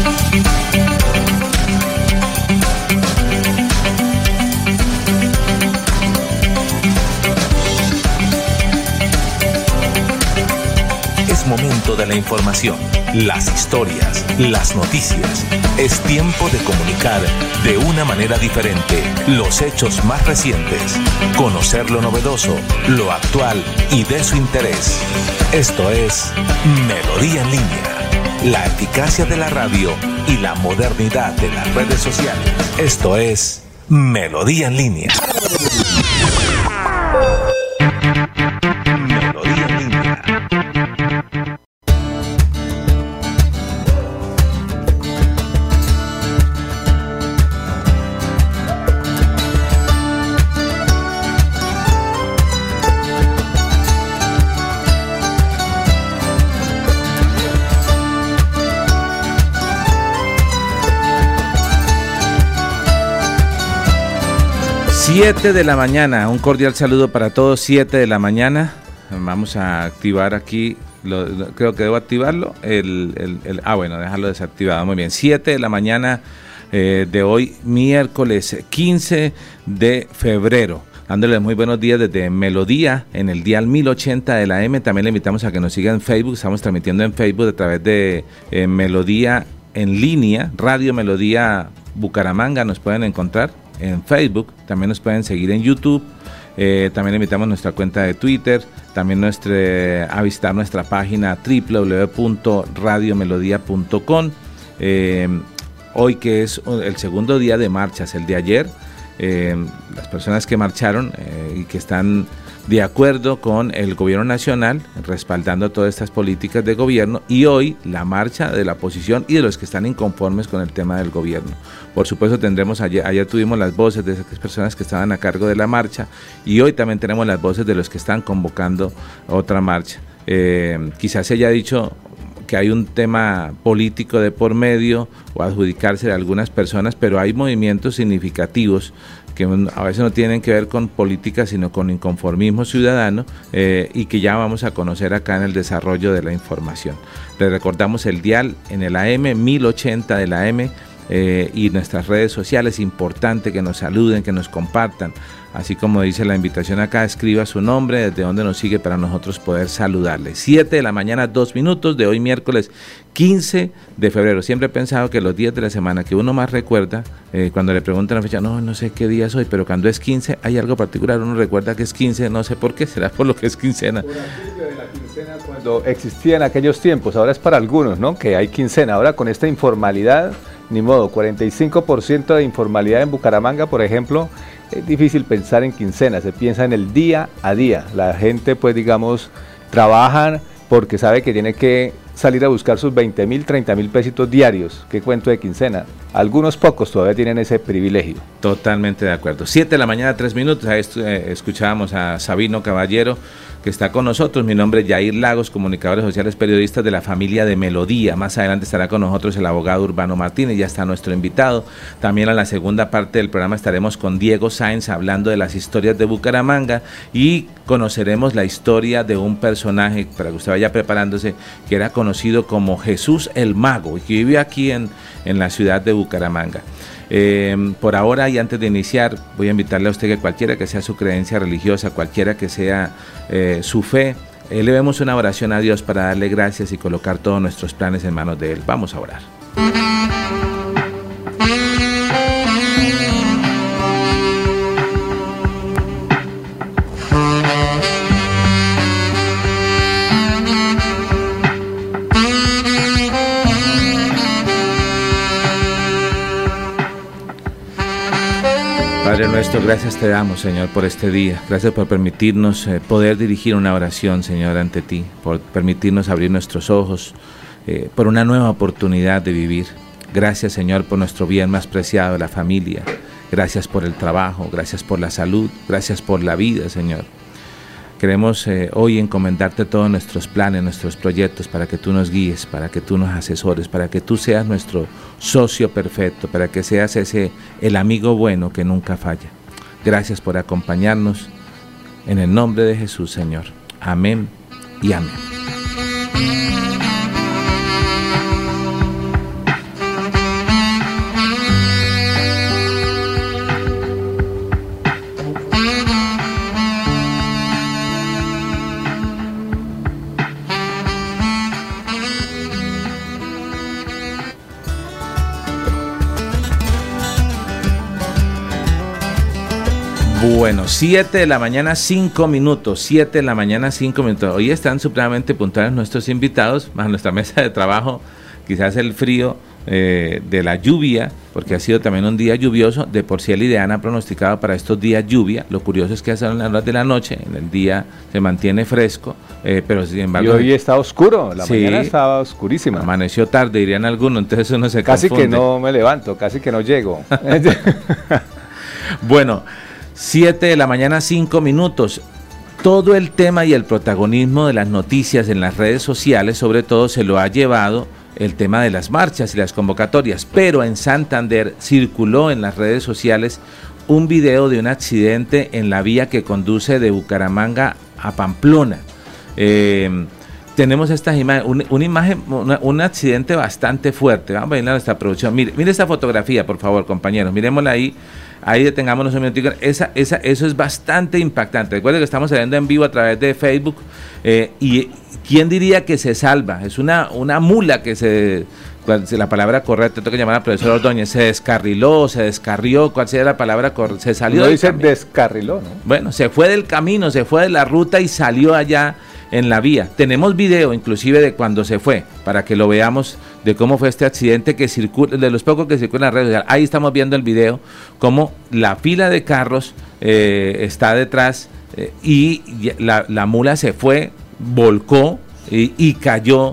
Momento de la información, las historias, las noticias. Es tiempo de comunicar de una manera diferente los hechos más recientes, conocer lo novedoso, lo actual y de su interés. Esto es Melodía en Línea, la eficacia de la radio y la modernidad de las redes sociales. Esto es Melodía en Línea. Melodía en Línea. 7 de la mañana, un cordial saludo para todos. 7 de la mañana, vamos a activar aquí, creo que debo activarlo, bueno, dejarlo desactivado, muy bien. 7 de la mañana de hoy, miércoles 15 de febrero. Dándoles muy buenos días desde Melodía en el dial 1080 de la M. También le invitamos a que nos siga en Facebook. Estamos transmitiendo en Facebook a través de Melodía en Línea, Radio Melodía Bucaramanga. Nos pueden encontrar en Facebook. También nos pueden seguir en YouTube. También le invitamos a nuestra cuenta de Twitter. También a visitar nuestra página www.radiomelodia.com. Hoy, que es el segundo día de marchas, el de ayer, las personas que marcharon y que están de acuerdo con el gobierno nacional, respaldando todas estas políticas de gobierno, y hoy la marcha de la oposición y de los que están inconformes con el tema del gobierno. Por supuesto tendremos, ayer tuvimos las voces de esas personas que estaban a cargo de la marcha, y hoy también tenemos las voces de los que están convocando otra marcha. Quizás se haya dicho que hay un tema político de por medio o adjudicarse de algunas personas, pero hay movimientos significativos que a veces no tienen que ver con política, sino con inconformismo ciudadano, y que ya vamos a conocer acá en el desarrollo de la información. Les recordamos el dial en el AM 1080 de la AM, y nuestras redes sociales. Importante que nos saluden, que nos compartan, así como dice la invitación acá, escriba su nombre, desde donde nos sigue, para nosotros poder saludarle. 7 de la mañana, 2 minutos de hoy, miércoles 15 de febrero. Siempre he pensado que los días de la semana que uno más recuerda, cuando le preguntan la fecha, no sé qué día es hoy, pero cuando es 15 hay algo particular, uno recuerda que es 15, no sé por qué, será por lo que es quincena. Por aquello de la quincena cuando existía en aquellos tiempos, ahora es para algunos, ¿no?, que hay quincena. Ahora con esta informalidad, ni modo, 45% de informalidad en Bucaramanga, por ejemplo. Es difícil pensar en quincena, se piensa en el día a día. La gente, pues digamos, trabaja porque sabe que tiene que salir a buscar sus 20.000, 30.000 pesitos diarios. ¿Qué cuento de quincena? Algunos pocos todavía tienen ese privilegio. Totalmente de acuerdo. 7 de la mañana, 3 minutos. Ahí escuchábamos a Sabino Caballero, que está con nosotros. Mi nombre es Yair Lagos, comunicadores sociales, periodistas de la familia de Melodía. Más adelante estará con nosotros el abogado Urbano Martínez, ya está nuestro invitado. También en la segunda parte del programa estaremos con Diego Sáenz hablando de las historias de Bucaramanga, y conoceremos la historia de un personaje, para que usted vaya preparándose, que era conocido como Jesús el Mago y que vive aquí en la ciudad de Bucaramanga. Por ahora, y antes de iniciar, voy a invitarle a usted que cualquiera que sea su creencia religiosa, cualquiera que sea su fe, elevemos una oración a Dios para darle gracias y colocar todos nuestros planes en manos de Él. Vamos a orar. Padre nuestro, gracias te damos, Señor, por este día. Gracias por permitirnos poder dirigir una oración, Señor, ante ti, por permitirnos abrir nuestros ojos, por una nueva oportunidad de vivir. Gracias, Señor, por nuestro bien más preciado, la familia. Gracias por el trabajo, gracias por la salud, gracias por la vida, Señor. Queremos hoy encomendarte todos nuestros planes, nuestros proyectos, para que tú nos guíes, para que tú nos asesores, para que tú seas nuestro socio perfecto, para que seas el amigo bueno que nunca falla. Gracias por acompañarnos. En el nombre de Jesús, Señor. Amén y amén. Bueno, 7 de la mañana, 5 minutos. 7 de la mañana, 5 minutos. Hoy están supremamente puntuales nuestros invitados, más nuestra mesa de trabajo. Quizás el frío de la lluvia, porque ha sido también un día lluvioso. De por sí el IDEAN ha pronosticado para estos días lluvia. Lo curioso es que hasta en las horas de la noche, en el día se mantiene fresco, pero sin embargo... Y hoy está oscuro, la mañana estaba oscurísima. Amaneció tarde, dirían algunos, entonces uno se casi confunde. Que no me levanto, casi que no llego. Bueno, 7 de la mañana, 5 minutos. Todo el tema y el protagonismo de las noticias en las redes sociales, sobre todo, se lo ha llevado el tema de las marchas y las convocatorias, pero en Santander circuló en las redes sociales un video de un accidente en la vía que conduce de Bucaramanga a Pamplona. Tenemos estas imágenes, un accidente bastante fuerte. Vamos a ver a nuestra producción. Mire esta fotografía, por favor, compañeros. Miremosla ahí detengámonos un minutico. Eso es bastante impactante. Recuerden que estamos saliendo en vivo a través de Facebook y ¿quién diría que se salva? Es una mula que la palabra correcta, tengo que llamar al profesor Ordóñez, se descarriló, se descarrió, ¿cuál sería la palabra correcta? Se salió del camino. Descarriló, ¿no? Bueno, se fue del camino, se fue de la ruta y salió allá en la vía. Tenemos video inclusive de cuando se fue, para que lo veamos de cómo fue este accidente que circula, de los pocos que circulan en las redes sociales. Ahí estamos viendo el video, cómo la fila de carros está detrás y la mula se fue, volcó y cayó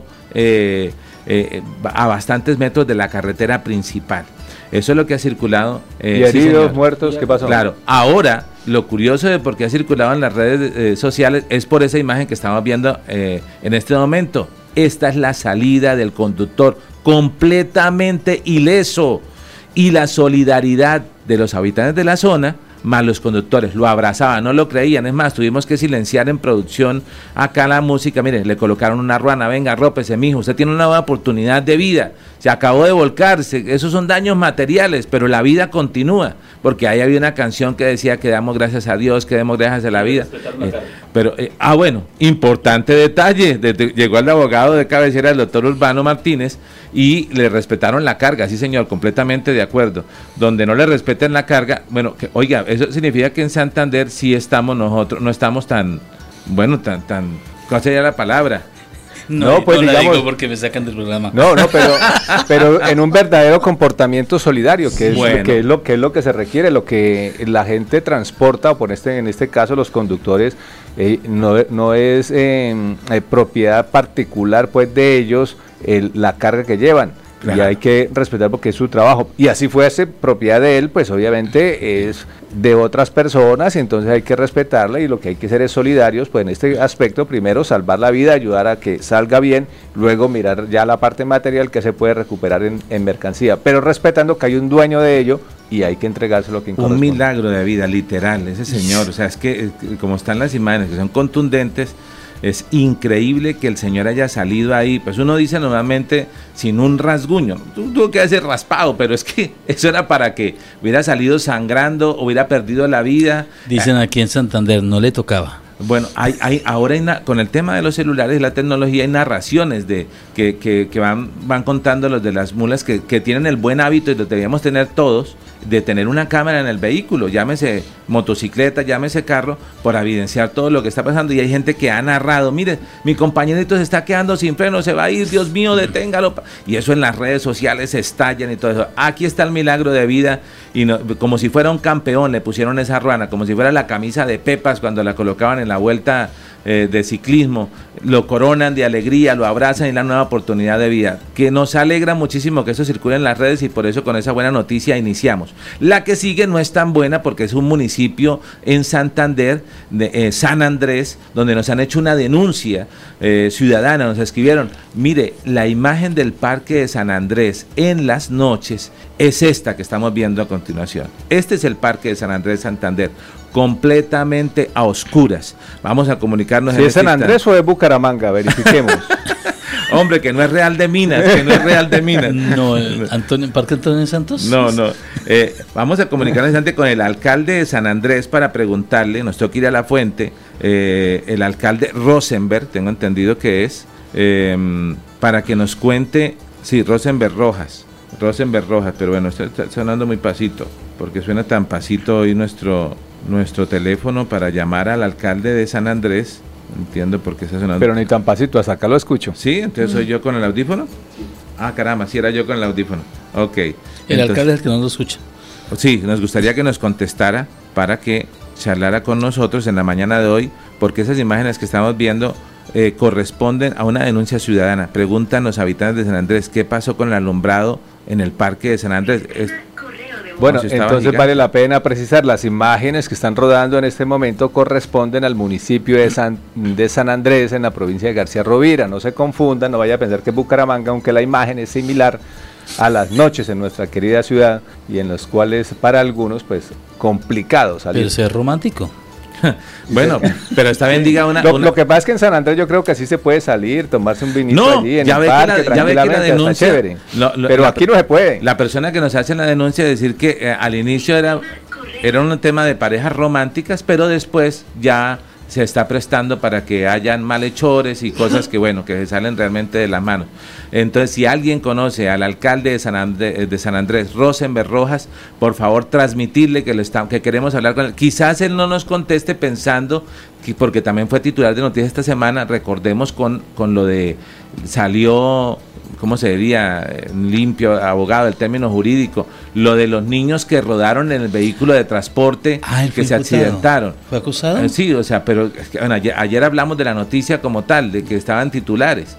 a bastantes metros de la carretera principal. Eso es lo que ha circulado. ¿Y heridos, muertos? ¿Qué pasó? Claro, ahora lo curioso de por qué ha circulado en las redes sociales es por esa imagen que estamos viendo en este momento. Esta es la salida del conductor, completamente ileso, y la solidaridad de los habitantes de la zona, más los conductores, lo abrazaban, no lo creían. Es más, tuvimos que silenciar en producción acá la música. Mire, le colocaron una ruana, venga, arrópese, mijo, usted tiene una nueva oportunidad de vida, se acabó de volcarse, esos son daños materiales, pero la vida continúa, porque ahí había una canción que decía que damos gracias a Dios, que demos gracias a la vida. Bueno, importante detalle, llegó el abogado de cabecera, el doctor Urbano Martínez, y le respetaron la carga, sí señor, completamente de acuerdo. Donde no le respeten la carga, bueno, oiga, eso significa que en Santander sí estamos nosotros, no estamos tan, ¿cuál sería la palabra? No, pues no digamos, la digo porque me sacan del programa. No, pero en un verdadero comportamiento solidario, que es lo que se requiere, lo que la gente transporta, o en este caso los conductores, no es propiedad particular pues de ellos la carga que llevan. Claro. Y hay que respetar porque es su trabajo. Y así fuese propiedad de él, pues obviamente es de otras personas, y entonces hay que respetarla, y lo que hay que hacer es solidarios, pues en este aspecto, primero salvar la vida, ayudar a que salga bien, luego mirar ya la parte material que se puede recuperar en mercancía, pero respetando que hay un dueño de ello y hay que entregárselo a quien corresponde. Un milagro de vida, literal, ese señor, o sea, es que como están las imágenes, que son contundentes. Es increíble que el señor haya salido ahí, pues uno dice normalmente sin un rasguño, tuvo que haber raspado, pero es que eso era para que hubiera salido sangrando, hubiera perdido la vida. Dicen aquí en Santander, no le tocaba. Bueno, ahora con el tema de los celulares y la tecnología hay narraciones que van contando los de las mulas que tienen el buen hábito, y lo deberíamos tener todos, de tener una cámara en el vehículo, llámese motocicleta, llámese carro, para evidenciar todo lo que está pasando. Y hay gente que ha narrado, mire, mi compañerito se está quedando sin freno, se va a ir, Dios mío, deténgalo. Y eso en las redes sociales estallan y todo eso. Aquí está el milagro de vida, y no, como si fuera un campeón le pusieron esa ruana, como si fuera la camisa de Pepas cuando la colocaban en la vuelta de ciclismo, lo coronan de alegría, lo abrazan y la nueva oportunidad de vida, que nos alegra muchísimo que eso circule en las redes, y por eso con esa buena noticia iniciamos. La que sigue no es tan buena porque es un municipio en Santander, San Andrés, donde nos han hecho una denuncia ciudadana, nos escribieron, mire, la imagen del parque de San Andrés en las noches es esta que estamos viendo a continuación. Este es el parque de San Andrés, Santander, completamente a oscuras. Vamos a comunicarnos. ¿Si es San Andrés o es Bucaramanga? Verifiquemos. Hombre, que no es Real de Minas, No, ¿Parque Antonio Santos? No. Vamos a comunicarnos antes con el alcalde de San Andrés para preguntarle, nos toca ir a la fuente, el alcalde Rosenberg, tengo entendido que es, para que nos cuente, sí, Rosenberg Rojas, pero bueno, está sonando muy pasito, porque suena tan pasito hoy nuestro nuestro teléfono para llamar al alcalde de San Andrés. Entiendo por qué está sonando. Pero ni tan pasito, hasta acá lo escucho. Sí, entonces soy yo con el audífono. Ah, caramba, sí era yo con el audífono. Ok. El alcalde es el que no lo escucha. Sí, nos gustaría que nos contestara para que charlara con nosotros en la mañana de hoy, porque esas imágenes que estamos viendo corresponden a una denuncia ciudadana. Preguntan los habitantes de San Andrés qué pasó con el alumbrado en el parque de San Andrés. Bueno, entonces vale la pena precisar, las imágenes que están rodando en este momento corresponden al municipio de San Andrés, en la provincia de García Rovira. No se confundan, no vaya a pensar que es Bucaramanga, aunque la imagen es similar a las noches en nuestra querida ciudad, y en los cuales para algunos pues complicado salir. Pero eso es romántico. Bueno, pero está bien, diga lo que pasa es que en San Andrés yo creo que así se puede salir, tomarse un vinito allí en el parque, tranquilamente, está chévere. Pero aquí no se puede. La persona que nos hace la denuncia decir que al inicio era un tema de parejas románticas, pero después ya se está prestando para que hayan malhechores y cosas que, bueno, que se salen realmente de las manos. Entonces, si alguien conoce al alcalde de San Andrés, Rosenberg Rojas, por favor transmitirle que queremos hablar con él. Quizás él no nos conteste pensando, porque también fue titular de noticias esta semana, recordemos con lo de, salió, ¿cómo se diría? Limpio, abogado, el término jurídico, lo de los niños que rodaron en el vehículo de transporte, que se accidentaron. ¿Fue acusado? Sí, o sea, pero bueno, ayer hablamos de la noticia como tal, de que estaban titulares.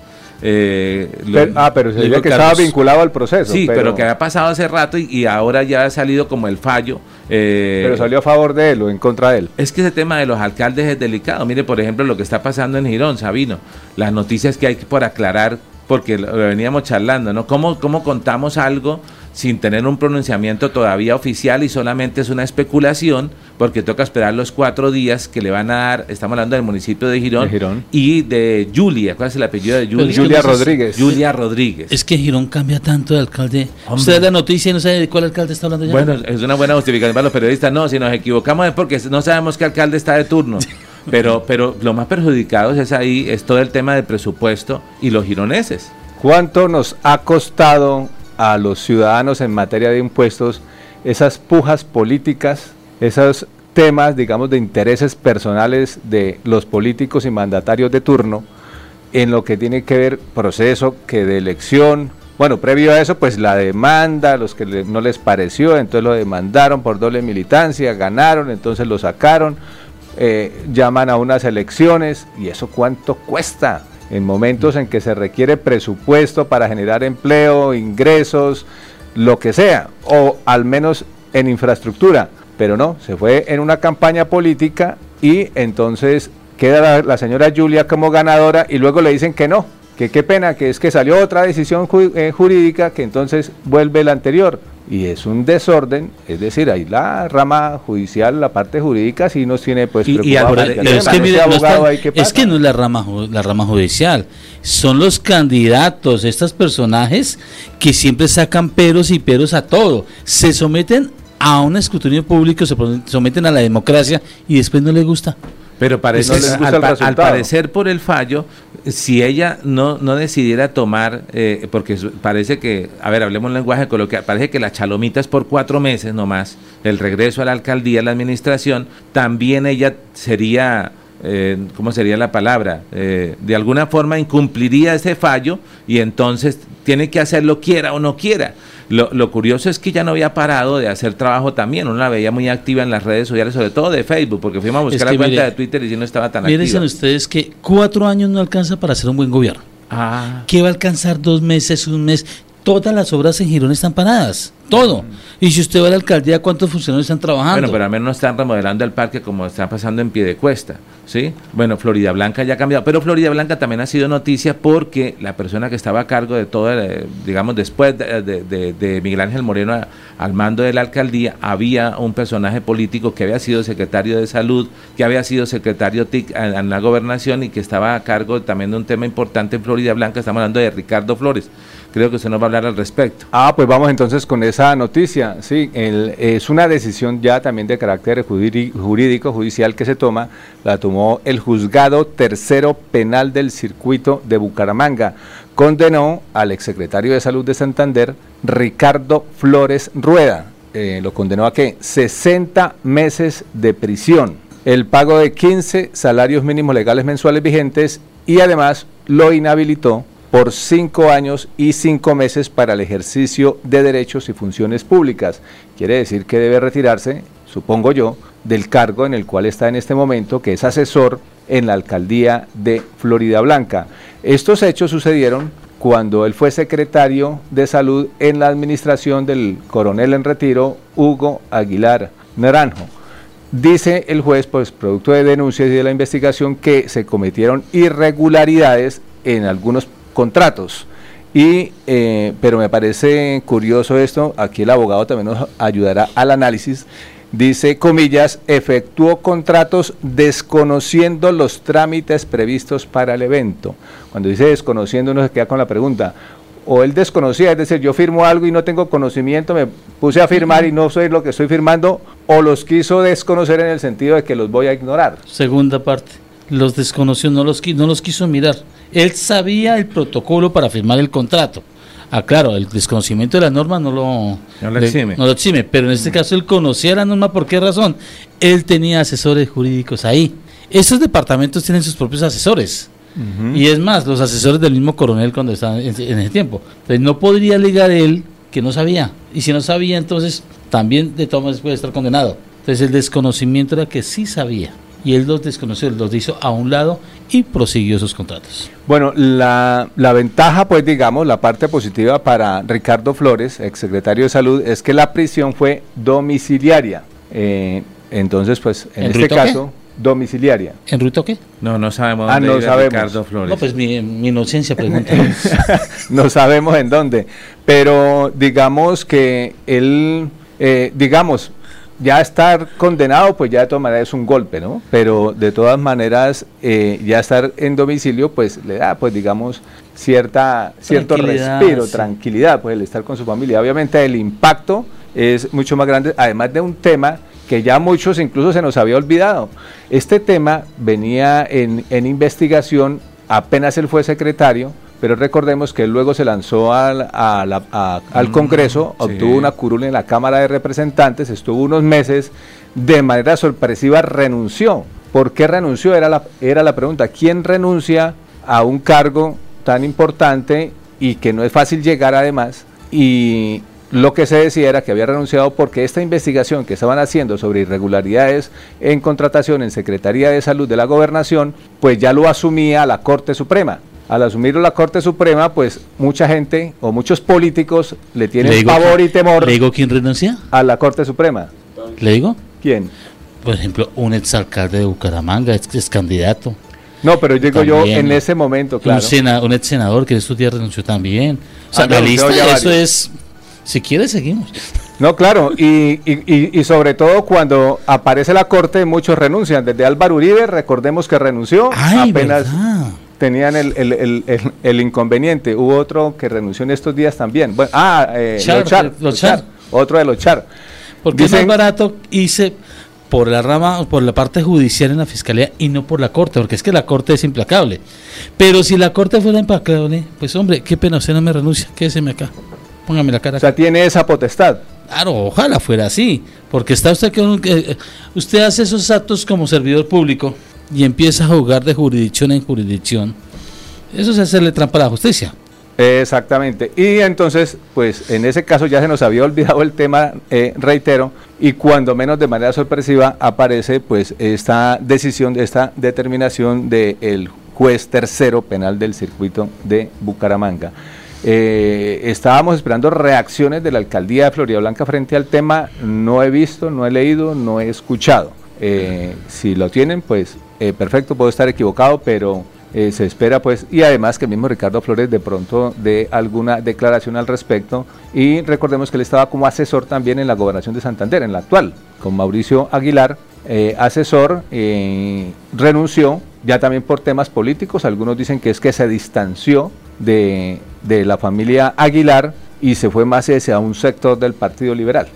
Pero se diría que estaba vinculado al proceso. Sí, pero que había pasado hace rato y ahora ya ha salido como el fallo. Pero salió a favor de él o en contra de él. Es que ese tema de los alcaldes es delicado. Mire, por ejemplo, lo que está pasando en Girón, Sabino, las noticias que hay por aclarar, porque lo veníamos charlando, ¿no? ¿Cómo contamos algo sin tener un pronunciamiento todavía oficial y solamente es una especulación, porque toca esperar los 4 días que le van a dar? Estamos hablando del municipio de Girón. Y de Julia, ¿cuál es el apellido de Julia? Julia Rodríguez. Julia Rodríguez. Es que Girón cambia tanto de alcalde. Hombre. Usted da la noticia y no sabe de cuál alcalde está hablando ya. Bueno, es una buena justificación para los periodistas. No, si nos equivocamos es porque no sabemos qué alcalde está de turno. Pero lo más perjudicados es todo el tema del presupuesto y los gironeses. ¿Cuánto nos ha costado a los ciudadanos en materia de impuestos esas pujas políticas, esos temas, digamos, de intereses personales de los políticos y mandatarios de turno, en lo que tiene que ver proceso que de elección? Bueno, previo a eso, pues la demanda, a los que no les pareció, entonces lo demandaron por doble militancia, ganaron, entonces lo sacaron, llaman a unas elecciones, y eso cuánto cuesta en momentos en que se requiere presupuesto para generar empleo, ingresos, lo que sea, o al menos en infraestructura. Pero no, se fue en una campaña política y entonces queda la señora Julia como ganadora y luego le dicen que no, que qué pena, que es que salió otra decisión jurídica que entonces vuelve la anterior. Y es un desorden, es decir, ahí la rama judicial, la parte jurídica sí nos tiene pues preocupados. Es que no es la rama judicial, son los candidatos, estos personajes que siempre sacan peros y peros a todo, se someten a un escrutinio público, se someten a la democracia y después no les gusta. Pero parece, al parecer por el fallo, si ella no decidiera tomar, porque parece que, a ver, hablemos un lenguaje coloquial, parece que la chalomita es por 4 meses nomás, el regreso a la alcaldía, a la administración, también ella sería, ¿cómo sería la palabra? De alguna forma incumpliría ese fallo y entonces tiene que hacerlo quiera o no quiera. Lo curioso es que ya no había parado de hacer trabajo también, uno la veía muy activa en las redes sociales, sobre todo de Facebook, porque fuimos a buscar la cuenta de Twitter y si no estaba tan activa. Miren ustedes que 4 años no alcanza para hacer un buen gobierno. ¿Qué va a alcanzar 2 meses, 1 mes? Todas las obras en Girón están paradas, todo. Y si usted va a la alcaldía, ¿cuántos funcionarios están trabajando? Bueno, pero al menos no están remodelando el parque como está pasando en Piedecuesta, ¿sí? Bueno, Florida Blanca ya ha cambiado, pero Florida Blanca también ha sido noticia porque la persona que estaba a cargo de todo, digamos, después de Miguel Ángel Moreno al mando de la alcaldía, había un personaje político que había sido secretario de Salud, que había sido secretario TIC en la gobernación y que estaba a cargo también de un tema importante en Florida Blanca. Estamos hablando de Ricardo Flores. Creo que usted nos va a hablar al respecto. Pues vamos entonces con esa noticia. Sí, es una decisión ya también de carácter jurídico, judicial que se toma, la tomó el Juzgado Tercero Penal del Circuito de Bucaramanga. Condenó al exsecretario de Salud de Santander, Ricardo Flores Rueda, lo condenó a ¿qué? 60 meses de prisión, el pago de 15 salarios mínimos legales mensuales vigentes y además lo inhabilitó por 5 años y 5 meses para el ejercicio de derechos y funciones públicas. Quiere decir que debe retirarse, supongo yo, del cargo en el cual está en este momento, que es asesor en la alcaldía de Floridablanca. Estos hechos sucedieron cuando él fue secretario de salud en la administración del coronel en retiro Hugo Aguilar Naranjo. Dice el juez, pues producto de denuncias y de la investigación, que se cometieron irregularidades en algunos contratos. Pero me parece curioso esto, aquí el abogado también nos ayudará al análisis. Dice, comillas, efectuó contratos desconociendo los trámites previstos para el evento. Cuando dice desconociendo, uno se queda con la pregunta, o él desconocía, es decir, yo firmo algo y no tengo conocimiento, me puse a firmar y no soy lo que estoy firmando, o los quiso desconocer en el sentido de que los voy a ignorar. Segunda parte, los desconoció, no los quiso mirar. Él sabía el protocolo para firmar el contrato. Claro, el desconocimiento de la norma no lo exime, pero en este caso él conocía la norma. ¿Por qué razón? Él tenía asesores jurídicos ahí. Estos departamentos tienen sus propios asesores. Y es más, los asesores del mismo coronel cuando estaba en ese tiempo. Entonces no podría alegar él que no sabía. Y si no sabía, entonces también de todas maneras puede estar condenado. Entonces el desconocimiento era que sí sabía. Y él los desconoció, los hizo a un lado y prosiguió sus contratos. Bueno, la ventaja, pues digamos, la parte positiva para Ricardo Flores, exsecretario de Salud, es que la prisión fue domiciliaria. Entonces, pues, en este caso, domiciliaria. ¿En Ruito qué? No sabemos dónde vive Ricardo Flores. No, pues mi inocencia pregunta. No sabemos en dónde, pero digamos que él, ya estar condenado, pues ya de todas maneras es un golpe, ¿no? Pero de todas maneras, ya estar en domicilio, pues le da, pues digamos, cierto respiro, tranquilidad, pues el estar con su familia. Obviamente el impacto es mucho más grande, además de un tema que ya muchos incluso se nos había olvidado. Este tema venía en investigación, apenas él fue secretario, pero recordemos que él luego se lanzó al Congreso, obtuvo una curul en la Cámara de Representantes, estuvo unos meses, de manera sorpresiva renunció. ¿Por qué renunció? Era la pregunta. ¿Quién renuncia a un cargo tan importante y que no es fácil llegar además? Y lo que se decía era que había renunciado porque esta investigación que estaban haciendo sobre irregularidades en contratación en Secretaría de Salud de la Gobernación, pues ya lo asumía la Corte Suprema. Al asumirlo la Corte Suprema, pues mucha gente o muchos políticos le tienen pavor y temor. ¿Le digo quién renuncia? A la Corte Suprema. ¿Le digo? ¿Quién? Por ejemplo, un exalcalde de Bucaramanga, ex candidato. No, pero digo yo en ese momento, claro. Un ex senador que en estos días renunció también. O sea, la lista, eso es... Si quiere, seguimos. No, claro, y sobre todo cuando aparece la Corte, muchos renuncian. Desde Álvaro Uribe, recordemos que renunció, apenas ¿verdad? Tenían el inconveniente. Hubo otro que renunció en estos días también. Bueno, los Char. Otro de los Char. Porque dicen, es más barato irse por la parte judicial en la Fiscalía y no por la Corte, porque es que la Corte es implacable. Pero si la Corte fuera implacable, pues hombre, qué pena, usted no me renuncia, quédeseme acá. Póngame la cara. O sea, tiene esa potestad. Claro, ojalá fuera así, porque está usted que usted hace esos actos como servidor público y empieza a jugar de jurisdicción en jurisdicción. Eso es hacerle trampa a la justicia. Exactamente. Y entonces, pues en ese caso ya se nos había olvidado el tema, reitero, y cuando menos de manera sorpresiva aparece pues esta decisión, esta determinación del juez tercero penal del circuito de Bucaramanga. Estábamos esperando reacciones de la alcaldía de Floridablanca frente al tema. No he visto, no he leído, no he escuchado. Si lo tienen, pues perfecto, puedo estar equivocado, pero se espera pues, y además que el mismo Ricardo Flores de pronto dé alguna declaración al respecto. Y recordemos que él estaba como asesor también en la gobernación de Santander, en la actual, con Mauricio Aguilar, asesor, renunció ya también por temas políticos. Algunos dicen que es que se distanció de la familia Aguilar y se fue más hacia un sector del Partido Liberal.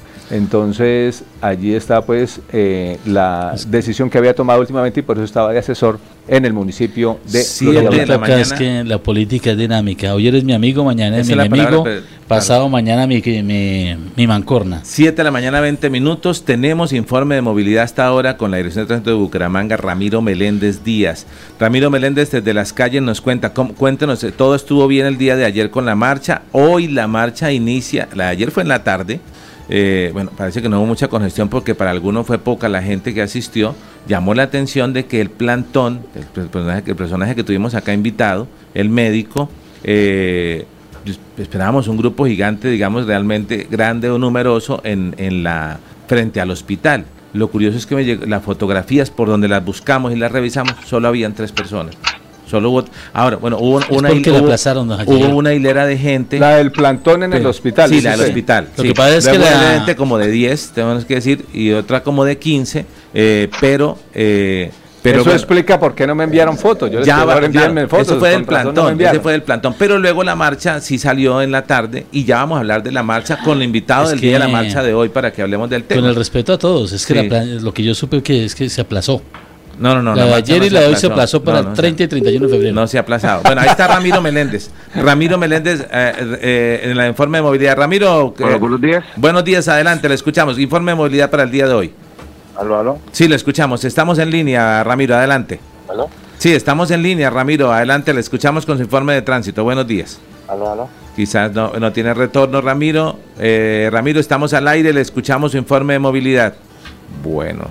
Entonces allí está pues la decisión que había tomado últimamente, y por eso estaba de asesor en el municipio de Bucaramanga. Es que la política es dinámica. Hoy eres mi amigo, mañana es mi enemigo, pasado mañana mi mancorna. 7 de la mañana, 20 minutos. Tenemos informe de movilidad hasta ahora con la Dirección de Tránsito de Bucaramanga, Ramiro Meléndez Díaz. Ramiro Meléndez desde las calles nos cuenta, cuéntenos, todo estuvo bien el día de ayer con la marcha. Hoy la marcha inicia, la de ayer fue en la tarde. Bueno, parece que no hubo mucha congestión porque para algunos fue poca la gente que asistió. Llamó la atención de que el plantón, el personaje que tuvimos acá invitado, el médico, esperábamos un grupo gigante, digamos, realmente grande o numeroso frente al hospital. Lo curioso es que las fotografías por donde las buscamos y las revisamos, solo habían 3 personas. Solo hubo, ahora, bueno, hubo una hilera de gente. La del plantón en el hospital. Sí, la del hospital. Lo que pasa es que la gente como de 10, tenemos que decir, y otra como de 15, pero eso bueno, explica por qué no me enviaron fotos. Yo enviarme fotos. Eso fue del plantón, ese fue del plantón. Pero luego la marcha sí salió en la tarde y ya vamos a hablar de la marcha con el invitado del día de la marcha de hoy para que hablemos del tema. Con el respeto a todos, es que lo que yo supe es que se aplazó. No. La de ayer y la de hoy se aplazó para el 30 y 31 de febrero. No se ha aplazado. Bueno, ahí está Ramiro Meléndez. Ramiro Meléndez en el informe de movilidad. Ramiro. Buenos días. Buenos días, adelante, le escuchamos. Informe de movilidad para el día de hoy. ¿Aló? Sí, le escuchamos. Estamos en línea, Ramiro, adelante. ¿Aló? Sí, estamos en línea, Ramiro, adelante, le escuchamos con su informe de tránsito. Buenos días. ¿Aló? Quizás no tiene retorno, Ramiro. Ramiro, estamos al aire, le escuchamos su informe de movilidad. Bueno.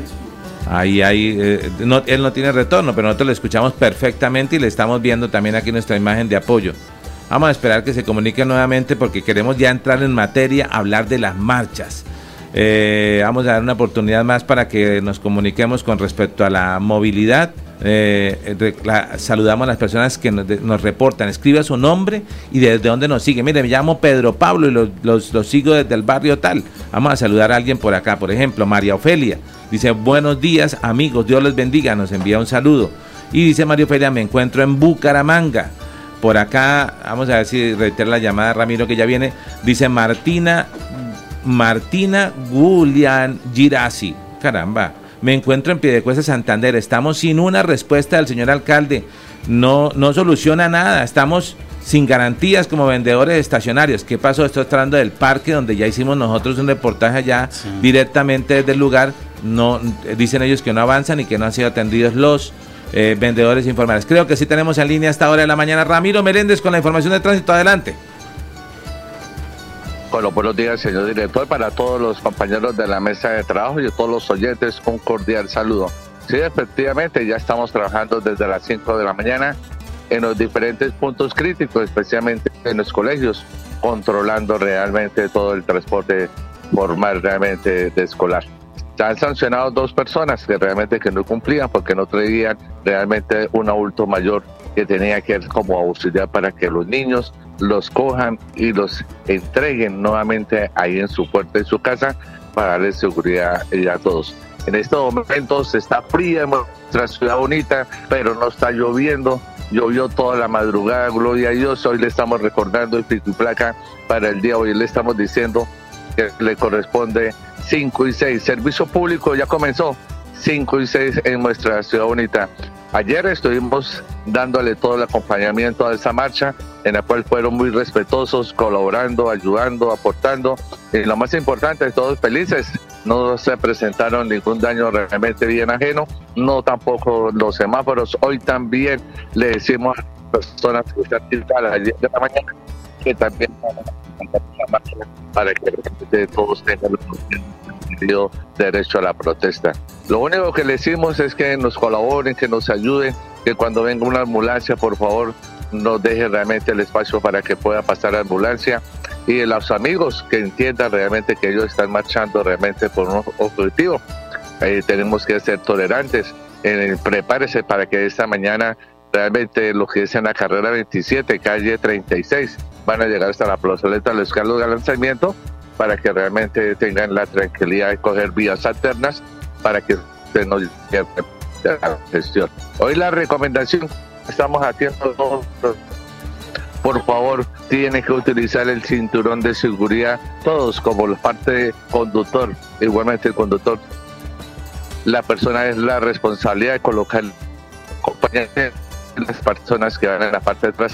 Él no tiene retorno, pero nosotros le escuchamos perfectamente y le estamos viendo también aquí nuestra imagen de apoyo. Vamos a esperar que se comunique nuevamente porque queremos ya entrar en materia, hablar de las marchas. Vamos a dar una oportunidad más para que nos comuniquemos con respecto a la movilidad. Saludamos a las personas que nos reportan. Escriba su nombre y desde dónde nos sigue. Mire, me llamo Pedro Pablo y los sigo desde el barrio tal. Vamos a saludar a alguien por acá, por ejemplo, María Ofelia. Dice, buenos días amigos, Dios les bendiga, nos envía un saludo. Y dice María Ofelia, me encuentro en Bucaramanga. Por acá, vamos a ver si reitera la llamada, Ramiro, que ya viene. Dice Martina Gulian Girasi. Caramba. Me encuentro en Piedecuesta, Santander. Estamos sin una respuesta del señor alcalde. No soluciona nada. Estamos sin garantías como vendedores estacionarios. ¿Qué pasó? Estoy tratando del parque donde ya hicimos nosotros un reportaje allá directamente desde el lugar. Dicen ellos que no avanzan y que no han sido atendidos los vendedores informales. Creo que sí tenemos en línea a esta hora de la mañana Ramiro Meléndez con la información de tránsito. Adelante. Bueno, buenos días, señor director, para todos los compañeros de la mesa de trabajo y a todos los oyentes, un cordial saludo. Sí, efectivamente, ya estamos trabajando desde las 5 de la mañana en los diferentes puntos críticos, especialmente en los colegios, controlando realmente todo el transporte formal realmente de escolar. Se han sancionado 2 personas que realmente no cumplían porque no traían realmente un adulto mayor que tenía que ir como auxiliar para que los niños los cojan y los entreguen nuevamente ahí en su puerta de su casa para darle seguridad a todos. En estos momentos está fría en nuestra ciudad bonita, pero no está lloviendo. Llovió toda la madrugada, gloria a Dios. Hoy le estamos recordando el pico y placa para el día de hoy. Le estamos diciendo que le corresponde 5 y 6. Servicio público ya comenzó, 5 y 6 en nuestra ciudad bonita. Ayer estuvimos dándole todo el acompañamiento a esa marcha, en la cual fueron muy respetuosos, colaborando, ayudando, aportando. Y lo más importante, todos felices. No se presentaron ningún daño realmente bien ajeno, no tampoco los semáforos. Hoy también le decimos a las personas que están a las 10 de la mañana que también van a presentar la marcha para que todos tengan el derecho a la protesta. Lo único que le decimos es que nos colaboren, que nos ayuden, que cuando venga una ambulancia, por favor, nos deje realmente el espacio para que pueda pasar la ambulancia. Y los amigos que entiendan realmente que ellos están marchando realmente por un objetivo. Tenemos que ser tolerantes. Prepárese para que esta mañana realmente los que dicen la carrera 27, calle 36, van a llegar hasta la plazoleta Luis Carlos Galán Sarmiento para que realmente tengan la tranquilidad de coger vías alternas para que usted no pierda la gestión. Hoy la recomendación que estamos haciendo todos, por favor, tienen que utilizar el cinturón de seguridad, todos, como la parte conductor, igualmente el conductor. La persona es la responsabilidad de colocar acompañantes, las personas que van en la parte de atrás,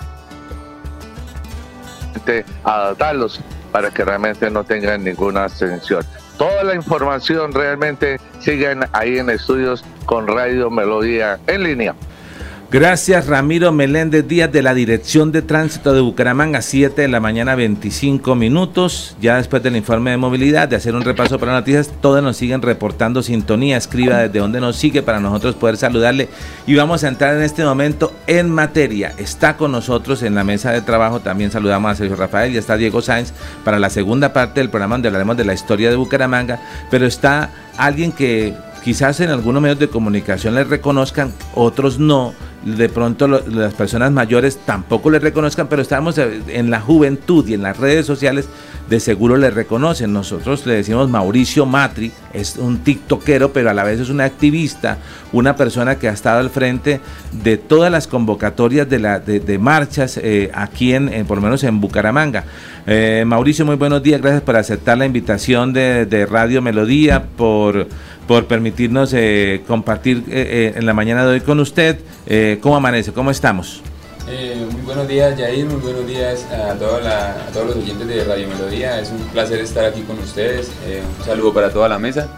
adaptarlos para que realmente no tengan ninguna abstención. Toda la información realmente siguen ahí en estudios con Radio Melodía en línea. Gracias, Ramiro Meléndez Díaz, de la Dirección de Tránsito de Bucaramanga, 7 de la mañana, 25 minutos. Ya después del informe de movilidad, de hacer un repaso para noticias, todas nos siguen reportando sintonía. Escriba desde donde nos sigue para nosotros poder saludarle. Y vamos a entrar en este momento en materia. Está con nosotros en la mesa de trabajo, también saludamos a Sergio Rafael, y está Diego Sáenz para la segunda parte del programa donde hablaremos de la historia de Bucaramanga, pero está alguien que quizás en algunos medios de comunicación les reconozcan, otros no, de pronto las personas mayores tampoco les reconozcan, pero estamos en la juventud y en las redes sociales de seguro les reconocen. Nosotros le decimos Mauricio Matri, es un tiktokero, pero a la vez es un activista, una persona que ha estado al frente de todas las convocatorias de marchas aquí por lo menos en Bucaramanga. Mauricio, muy buenos días, gracias por aceptar la invitación de Radio Melodía, por permitirnos compartir en la mañana de hoy con usted. ¿Cómo amanece? ¿Cómo estamos? Muy buenos días, Yair, muy buenos días a todos los oyentes de Radio Melodía. Es un placer estar aquí con ustedes. Un saludo para toda la mesa.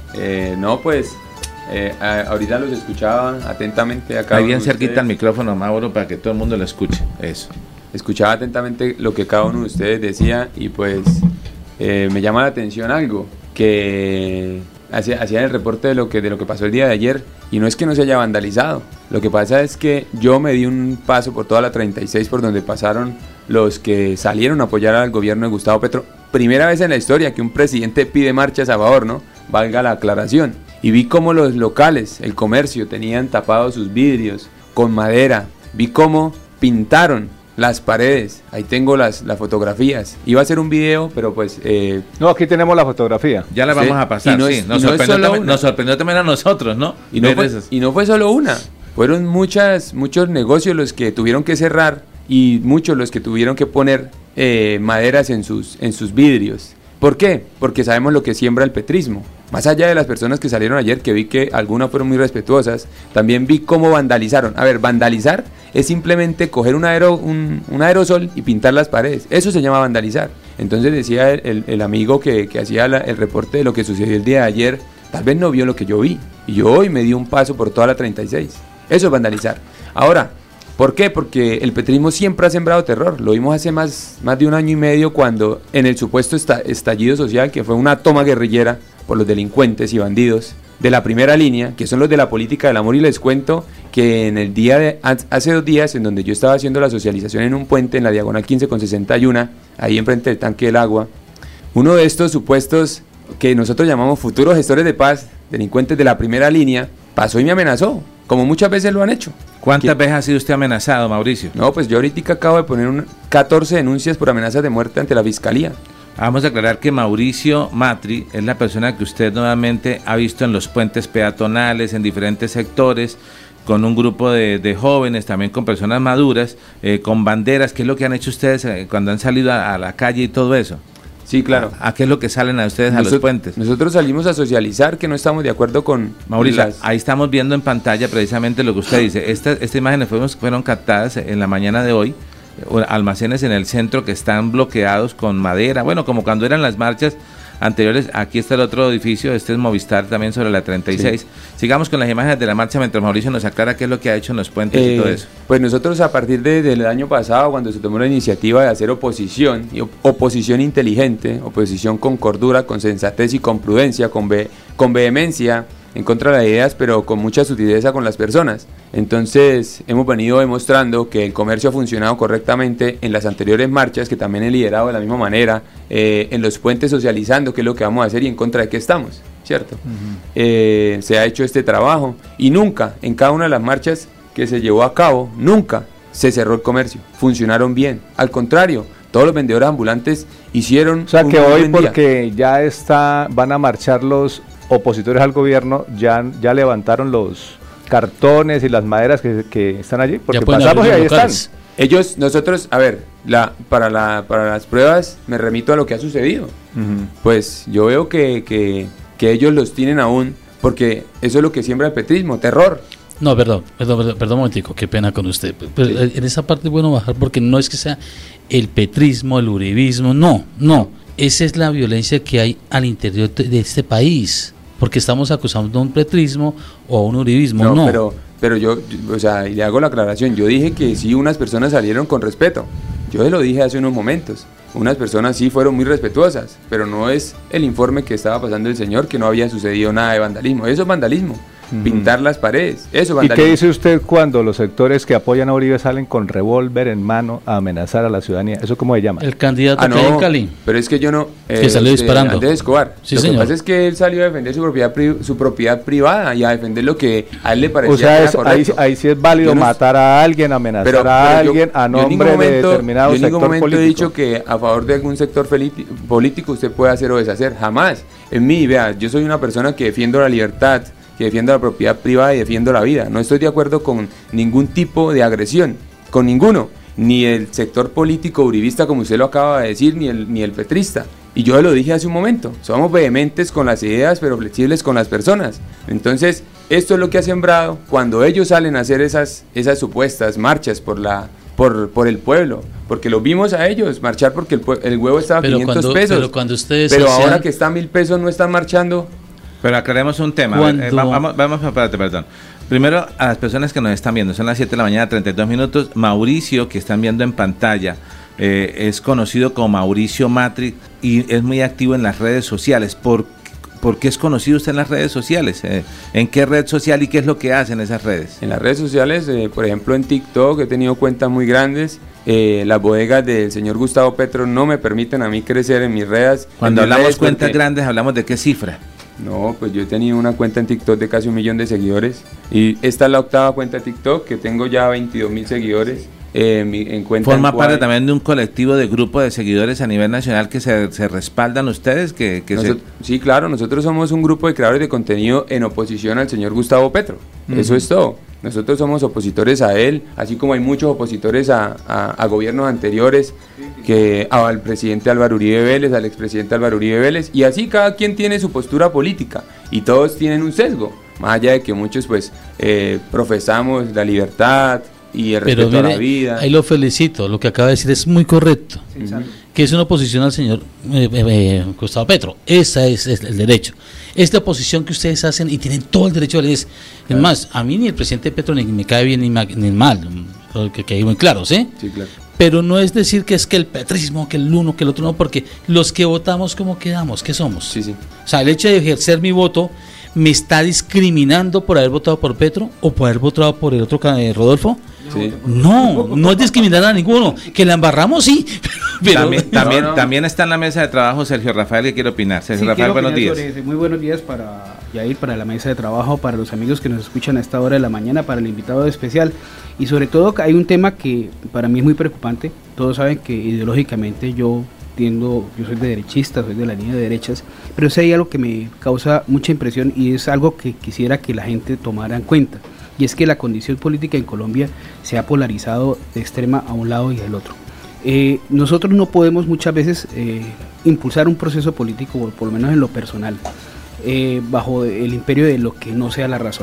Ahorita los escuchaba atentamente acá. Ahí bien cerquita al micrófono, Mauro, para que todo el mundo lo escuche. Eso. Escuchaba atentamente lo que cada uno de ustedes decía y pues me llama la atención algo que hacían el reporte de lo que pasó el día de ayer, y no es que no se haya vandalizado. Lo que pasa es que yo me di un paso por toda la 36 por donde pasaron los que salieron a apoyar al gobierno de Gustavo Petro. Primera vez en la historia que un presidente pide marchas a favor, ¿no? Valga la aclaración. Y vi cómo los locales, el comercio, tenían tapados sus vidrios con madera. Vi cómo pintaron las paredes. Ahí tengo las fotografías. Iba a hacer un video, pero pues... No, aquí tenemos la fotografía. Ya la vamos a pasar, Nos sorprendió también a nosotros, ¿no? Y no fue solo una. Fueron muchos negocios los que tuvieron que cerrar y muchos los que tuvieron que poner maderas en sus vidrios. ¿Por qué? Porque sabemos lo que siembra el petrismo. Más allá de las personas que salieron ayer, que vi que algunas fueron muy respetuosas, también vi cómo vandalizaron. A ver, vandalizar es simplemente coger un aerosol y pintar las paredes. Eso se llama vandalizar. Entonces decía el amigo que hacía el reporte de lo que sucedió el día de ayer, tal vez no vio lo que yo vi. Y yo hoy me di un paso por toda la 36. Eso es vandalizar. Ahora, ¿por qué? Porque el petrismo siempre ha sembrado terror. Lo vimos hace más de un año y medio cuando en el supuesto estallido social, que fue una toma guerrillera por los delincuentes y bandidos de la primera línea, que son los de la política del amor, y les cuento que en el hace 2 días, en donde yo estaba haciendo la socialización en un puente en la diagonal 15 con 61, ahí enfrente del tanque del agua, uno de estos supuestos que nosotros llamamos futuros gestores de paz, delincuentes de la primera línea, pasó y me amenazó, como muchas veces lo han hecho. ¿Cuántas veces ha sido usted amenazado, Mauricio? No, pues yo ahorita acabo de poner 14 denuncias por amenazas de muerte ante la fiscalía. Vamos a aclarar que Mauricio Matri es la persona que usted nuevamente ha visto en los puentes peatonales, en diferentes sectores, con un grupo de jóvenes, también con personas maduras, con banderas. ¿Qué es lo que han hecho ustedes cuando han salido a la calle y todo eso? Sí, claro. ¿A qué es lo que salen a ustedes a los puentes? Nosotros salimos a socializar que no estamos de acuerdo con... Mauricio, ahí estamos viendo en pantalla precisamente lo que usted dice. Estas imágenes fueron captadas en la mañana de hoy. Almacenes en el centro que están bloqueados con madera, bueno, como cuando eran las marchas anteriores. Aquí está el otro edificio, este es Movistar también sobre la 36. Sí. Sigamos con las imágenes de la marcha mientras Mauricio nos aclara qué es lo que ha hecho en los puentes y todo eso. Pues nosotros a partir del año pasado, cuando se tomó la iniciativa de hacer oposición, y oposición inteligente, oposición con cordura, con sensatez y con prudencia, con vehemencia, en contra de las ideas, pero con mucha sutileza con las personas. Entonces hemos venido demostrando que el comercio ha funcionado correctamente en las anteriores marchas, que también he liderado de la misma manera, en los puentes socializando qué es lo que vamos a hacer y en contra de qué estamos, ¿cierto? Se ha hecho este trabajo y nunca, en cada una de las marchas que se llevó a cabo, nunca se cerró el comercio, funcionaron bien, al contrario, todos los vendedores ambulantes hicieron... O sea que hoy, porque ya van a marchar los opositores al gobierno, ya levantaron los cartones y las maderas que están allí, porque pasamos y ahí están. Nosotros, a ver, para las pruebas me remito a lo que ha sucedido. Pues yo veo que ellos los tienen aún, porque eso es lo que siembra el petrismo, terror. No, perdón, un momentico, qué pena con usted. Pero sí. En esa parte es bueno bajar porque no es que sea el petrismo, el uribismo, no. Esa es la violencia que hay al interior de este país, porque estamos acusando a un petrismo o a un uribismo, no. Pero yo, o sea, y le hago la aclaración, yo dije que sí, unas personas salieron con respeto, yo se lo dije hace unos momentos, unas personas sí fueron muy respetuosas, pero no es el informe que estaba pasando el señor, que no había sucedido nada de vandalismo, eso es vandalismo. Pintar las paredes, eso vandalismo. ¿Y qué dice usted cuando los sectores que apoyan a Uribe salen con revólver en mano a amenazar a la ciudadanía? ¿Eso cómo se llama? El candidato que hay en Cali. Pero es que yo no... que salió disparando. Andrés Escobar. Sí, lo señor. que pasa es que él salió a defender su propiedad privada y a defender lo que a él le parecía. O sea, que era correcto. ahí sí es válido matar a alguien, amenazar a alguien a nombre de determinado sector político. Yo en ningún momento he dicho que a favor de algún sector político usted puede hacer o deshacer, jamás. En mí, vea, yo soy una persona que defiendo la libertad, que defiendo la propiedad privada y defiendo la vida. No estoy de acuerdo con ningún tipo de agresión, con ninguno, ni el sector político uribista como usted lo acaba de decir, ni el petrista. Y yo lo dije hace un momento, somos vehementes con las ideas pero flexibles con las personas. Entonces, esto es lo que ha sembrado cuando ellos salen a hacer esas supuestas marchas por el pueblo, porque los vimos a ellos marchar porque el huevo estaba a 500 pesos. Pero cuando ustedes ahora que está a 1.000 pesos no están marchando. Pero aclaremos un tema. Vamos, perdón. Primero, a las personas que nos están viendo, son las 7 de la mañana, 32 minutos. Mauricio, que están viendo en pantalla, es conocido como Mauricio Matrix y es muy activo en las redes sociales. ¿Por qué es conocido usted en las redes sociales? ¿En qué red social y qué es lo que hace en esas redes? En las redes sociales, por ejemplo en TikTok, he tenido cuentas muy grandes. Las bodegas del señor Gustavo Petro no me permiten a mí crecer en mis redes. Cuando hablamos cuentas grandes, ¿hablamos de qué cifra? No, pues yo he tenido una cuenta en TikTok de casi 1 millón de seguidores y esta es la 8ª cuenta de TikTok, que tengo ya 22,000 seguidores. ¿Forma parte también de un colectivo de grupo de seguidores a nivel nacional que se respaldan ustedes? Sí, claro, nosotros somos un grupo de creadores de contenido en oposición al señor Gustavo Petro. Eso es todo. Nosotros somos opositores a él, así como hay muchos opositores a gobiernos anteriores, al presidente Álvaro Uribe Vélez, al expresidente Álvaro Uribe Vélez, y así cada quien tiene su postura política y todos tienen un sesgo, más allá de que muchos pues profesamos la libertad y el respeto a la vida. Ahí lo felicito, lo que acaba de decir es muy correcto, que es una oposición al señor Gustavo Petro, ese es el derecho. Es la oposición que ustedes hacen y tienen todo el derecho a leer. Es más, a mí ni el presidente Petro ni me cae bien ni mal, que hay muy claro, ¿sí? Sí, claro. Pero no es decir que es que el petrismo, que el uno, que el otro no, porque los que votamos, ¿cómo quedamos? ¿Qué somos? Sí. O sea, el hecho de ejercer mi voto me está discriminando por haber votado por Petro o por haber votado por el otro Rodolfo. Sí. No es discriminar a ninguno, que la embarramos sí. Pero también está en la mesa de trabajo Sergio Rafael, que quiere opinar. Sergio Rafael, buenos días. Muy buenos días para Yair, para la mesa de trabajo, para los amigos que nos escuchan a esta hora de la mañana, para el invitado especial. Y sobre todo hay un tema que para mí es muy preocupante. Todos saben que ideológicamente yo soy de derechista, soy de la línea de derechas, pero sí hay algo que me causa mucha impresión y es algo que quisiera que la gente tomara en cuenta, y es que la condición política en Colombia se ha polarizado de extrema a un lado y al otro. Nosotros no podemos muchas veces impulsar un proceso político, por lo menos en lo personal, bajo el imperio de lo que no sea la razón.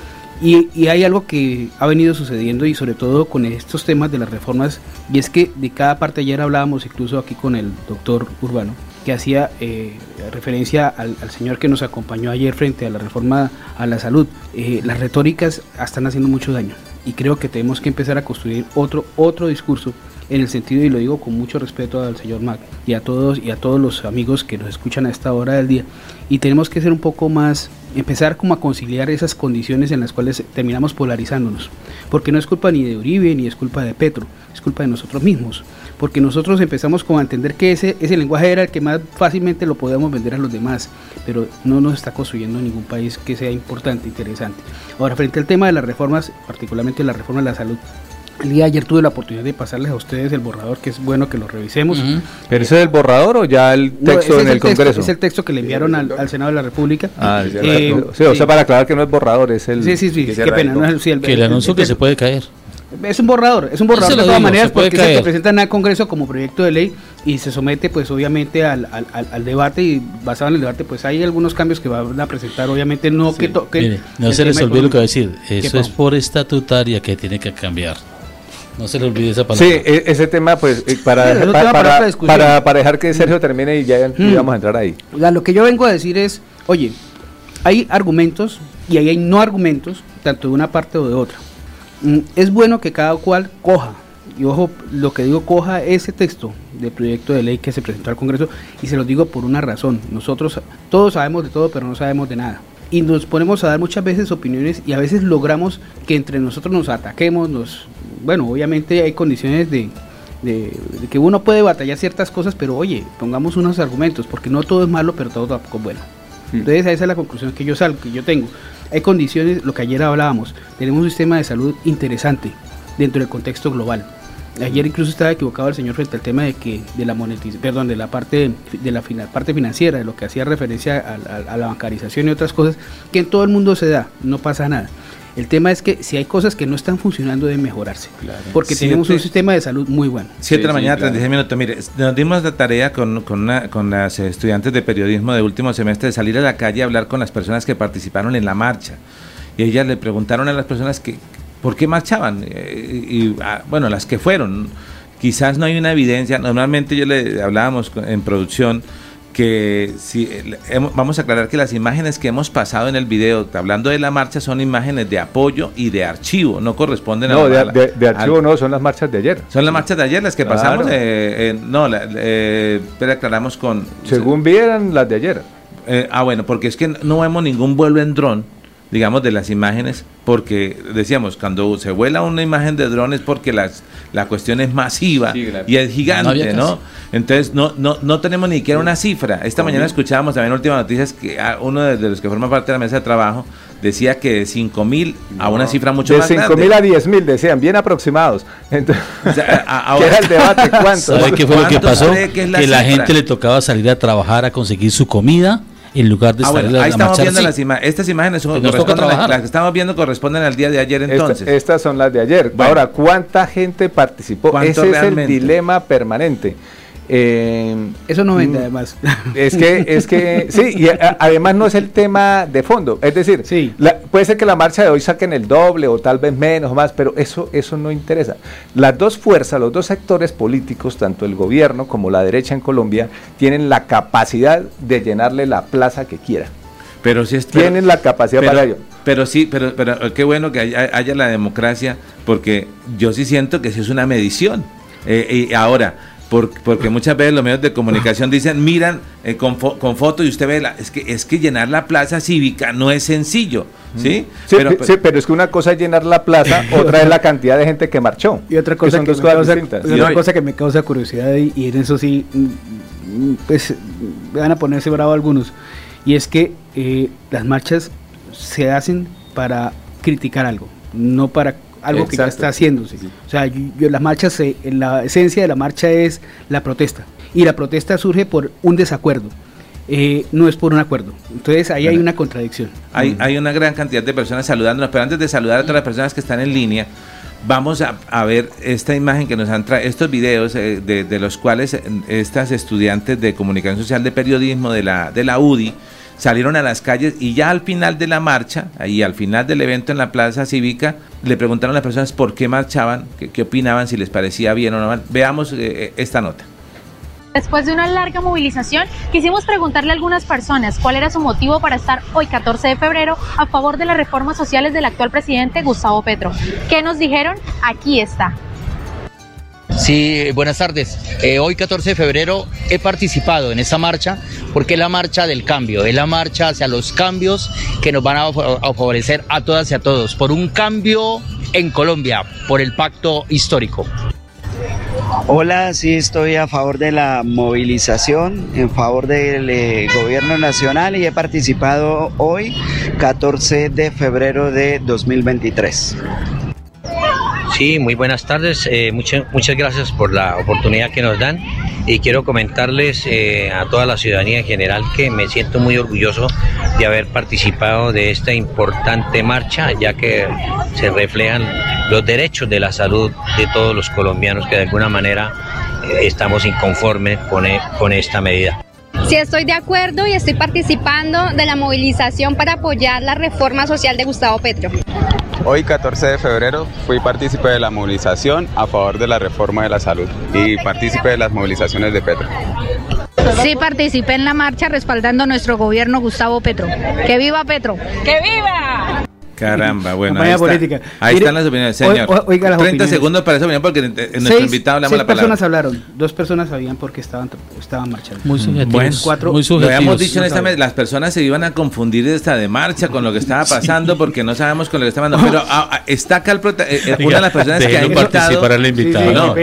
Y hay algo que ha venido sucediendo, y sobre todo con estos temas de las reformas, y es que de cada parte, ayer hablábamos incluso aquí con el doctor Urbano, que hacía referencia al señor que nos acompañó ayer frente a la reforma a la salud. Las retóricas están haciendo mucho daño, y creo que tenemos que empezar a construir otro discurso, en el sentido, y lo digo con mucho respeto al señor Mac y a todos los amigos que nos escuchan a esta hora del día, y tenemos que ser un poco más, empezar como a conciliar esas condiciones en las cuales terminamos polarizándonos, porque no es culpa ni de Uribe ni es culpa de Petro, es culpa de nosotros mismos, porque nosotros empezamos como a entender que ese lenguaje era el que más fácilmente lo podíamos vender a los demás, pero no nos está construyendo ningún país que sea importante, interesante. Ahora, frente al tema de las reformas, particularmente la reforma de la salud, el día de ayer tuve la oportunidad de pasarles a ustedes el borrador, que es bueno que lo revisemos. ¿Pero ese es el borrador o ya el texto en el Congreso? Es el texto que le enviaron al Senado de la República. O sea, para aclarar que no es borrador, es el... Sí, qué pena. No es que el anuncio que se puede caer. Es un borrador de todas maneras, porque se presentan al Congreso como proyecto de ley y se somete pues obviamente al debate, y basado en el debate pues hay algunos cambios que van a presentar, obviamente no sí. Mire, no se les olvide lo que va a decir, eso es por estatutaria que tiene que cambiar. No se le olvide esa palabra. Sí, ese tema pues para dejar que Sergio termine y ya vamos a entrar ahí. Lo que yo vengo a decir es, oye, hay argumentos y ahí hay no argumentos, tanto de una parte o de otra. Es bueno que cada cual coja, y ojo, lo que digo, coja ese texto del proyecto de ley que se presentó al Congreso, y se lo digo por una razón. Nosotros todos sabemos de todo, pero no sabemos de nada. Y nos ponemos a dar muchas veces opiniones y a veces logramos que entre nosotros nos ataquemos, bueno, obviamente hay condiciones de que uno puede batallar ciertas cosas, pero oye, pongamos unos argumentos, porque no todo es malo, pero todo tampoco es bueno. Entonces esa es la conclusión que yo tengo. Hay condiciones, lo que ayer hablábamos, tenemos un sistema de salud interesante dentro del contexto global. Ayer incluso estaba equivocado el señor frente al tema de la parte financiera, de lo que hacía referencia a la bancarización y otras cosas, que en todo el mundo se da, no pasa nada. El tema es que si hay cosas que no están funcionando deben mejorarse, porque tenemos un sistema de salud muy bueno. 7 de la mañana, 36 minutos. Mire, nos dimos la tarea con las estudiantes de periodismo de último semestre de salir a la calle a hablar con las personas que participaron en la marcha. Y ellas le preguntaron a las personas que por qué marchaban. Bueno, las que fueron. Quizás no hay una evidencia. Normalmente hablábamos en producción que vamos a aclarar que las imágenes que hemos pasado en el video hablando de la marcha son imágenes de apoyo y de archivo, no corresponden a de archivo no, son las marchas de ayer. Son las marchas de ayer las que pasamos, pero aclaramos con... Según vieran las de ayer. Bueno, porque es que no vemos ningún vuelo en dron, digamos, de las imágenes, porque decíamos, cuando se vuela una imagen de dron es porque la cuestión es masiva y es gigante, ¿no? Entonces no tenemos ni siquiera una cifra. Esta mañana escuchábamos también últimas noticias que uno de los que forma parte de la mesa de trabajo decía que de 5.000 a una cifra mucho más grande. De 5.000 a 10.000 decían, bien aproximados. Entonces, ¿qué era el debate? ¿Cuánto? ¿Sabe qué fue lo que pasó? Que la gente le tocaba salir a trabajar a conseguir su comida en lugar de estar ahí estamos viendo estas imágenes las que estamos viendo corresponden al día de ayer entonces. Estas son las de ayer. Bueno, ahora, ¿cuánta gente participó? Ese es el dilema permanente. Eso no vende además. Es que sí, y además no es el tema de fondo. Es decir, sí. Puede ser que la marcha de hoy saquen el doble o tal vez menos o más, pero eso no interesa. Las dos fuerzas, los dos sectores políticos, tanto el gobierno como la derecha en Colombia, tienen la capacidad de llenarle la plaza que quieran. Tienen la capacidad para ello. Pero qué bueno que haya la democracia, porque yo sí siento que eso es una medición. Y ahora, porque muchas veces los medios de comunicación dicen, miran con foto y usted ve, es que llenar la plaza cívica no es sencillo, ¿sí? Pero es que una cosa es llenar la plaza, otra es la cantidad de gente que marchó. Y otra cosa que me causa curiosidad, y en eso sí, pues van a ponerse bravo algunos, y es que las marchas se hacen para criticar algo, no para algo que ya está haciéndose. O sea, las marchas, la esencia de la marcha es la protesta, y la protesta surge por un desacuerdo, no es por un acuerdo. Entonces ahí hay una contradicción. Hay una gran cantidad de personas saludándonos, pero antes de saludar a todas las personas que están en línea, vamos a ver esta imagen que nos han traído, estos videos de los cuales estas estudiantes de comunicación social de periodismo de la UDI salieron a las calles, y ya al final de la marcha, y al final del evento en la Plaza Cívica, le preguntaron a las personas por qué marchaban, qué opinaban, si les parecía bien o no. Veamos esta nota. Después de una larga movilización, quisimos preguntarle a algunas personas cuál era su motivo para estar hoy 14 de febrero a favor de las reformas sociales del actual presidente Gustavo Petro. ¿Qué nos dijeron? Aquí está. Sí, buenas tardes. Hoy 14 de febrero he participado en esta marcha porque es la marcha del cambio, es la marcha hacia los cambios que nos van a favorecer a todas y a todos, por un cambio en Colombia, por el pacto histórico. Hola, sí estoy a favor de la movilización, en favor del gobierno nacional, y he participado hoy 14 de febrero de 2023. Sí, muy buenas tardes. Muchas gracias por la oportunidad que nos dan y quiero comentarles a toda la ciudadanía en general que me siento muy orgulloso de haber participado de esta importante marcha, ya que se reflejan los derechos de la salud de todos los colombianos que de alguna manera estamos inconformes con esta medida. Sí, estoy de acuerdo y estoy participando de la movilización para apoyar la reforma social de Gustavo Petro. Hoy, 14 de febrero, fui partícipe de la movilización a favor de la reforma de la salud y partícipe de las movilizaciones de Petro. Sí, participé en la marcha respaldando a nuestro gobierno Gustavo Petro. ¡Que viva Petro! ¡Que viva! Caramba, bueno, ahí están las opiniones, señor. Oiga las 30 opiniones. segundos para esa opinión porque nuestro invitado le damos la palabra. 6 personas hablaron, 2 personas sabían por qué estaban marchando. Muy subjetivos. Bueno, 4, muy subjetivos. Lo habíamos dicho en esta mesa, las personas se iban a confundir esta de marcha con lo que estaba pasando porque no sabamos con lo que estaba pasando. Pero está acá una de las personas que ha invitado. Para el invitado.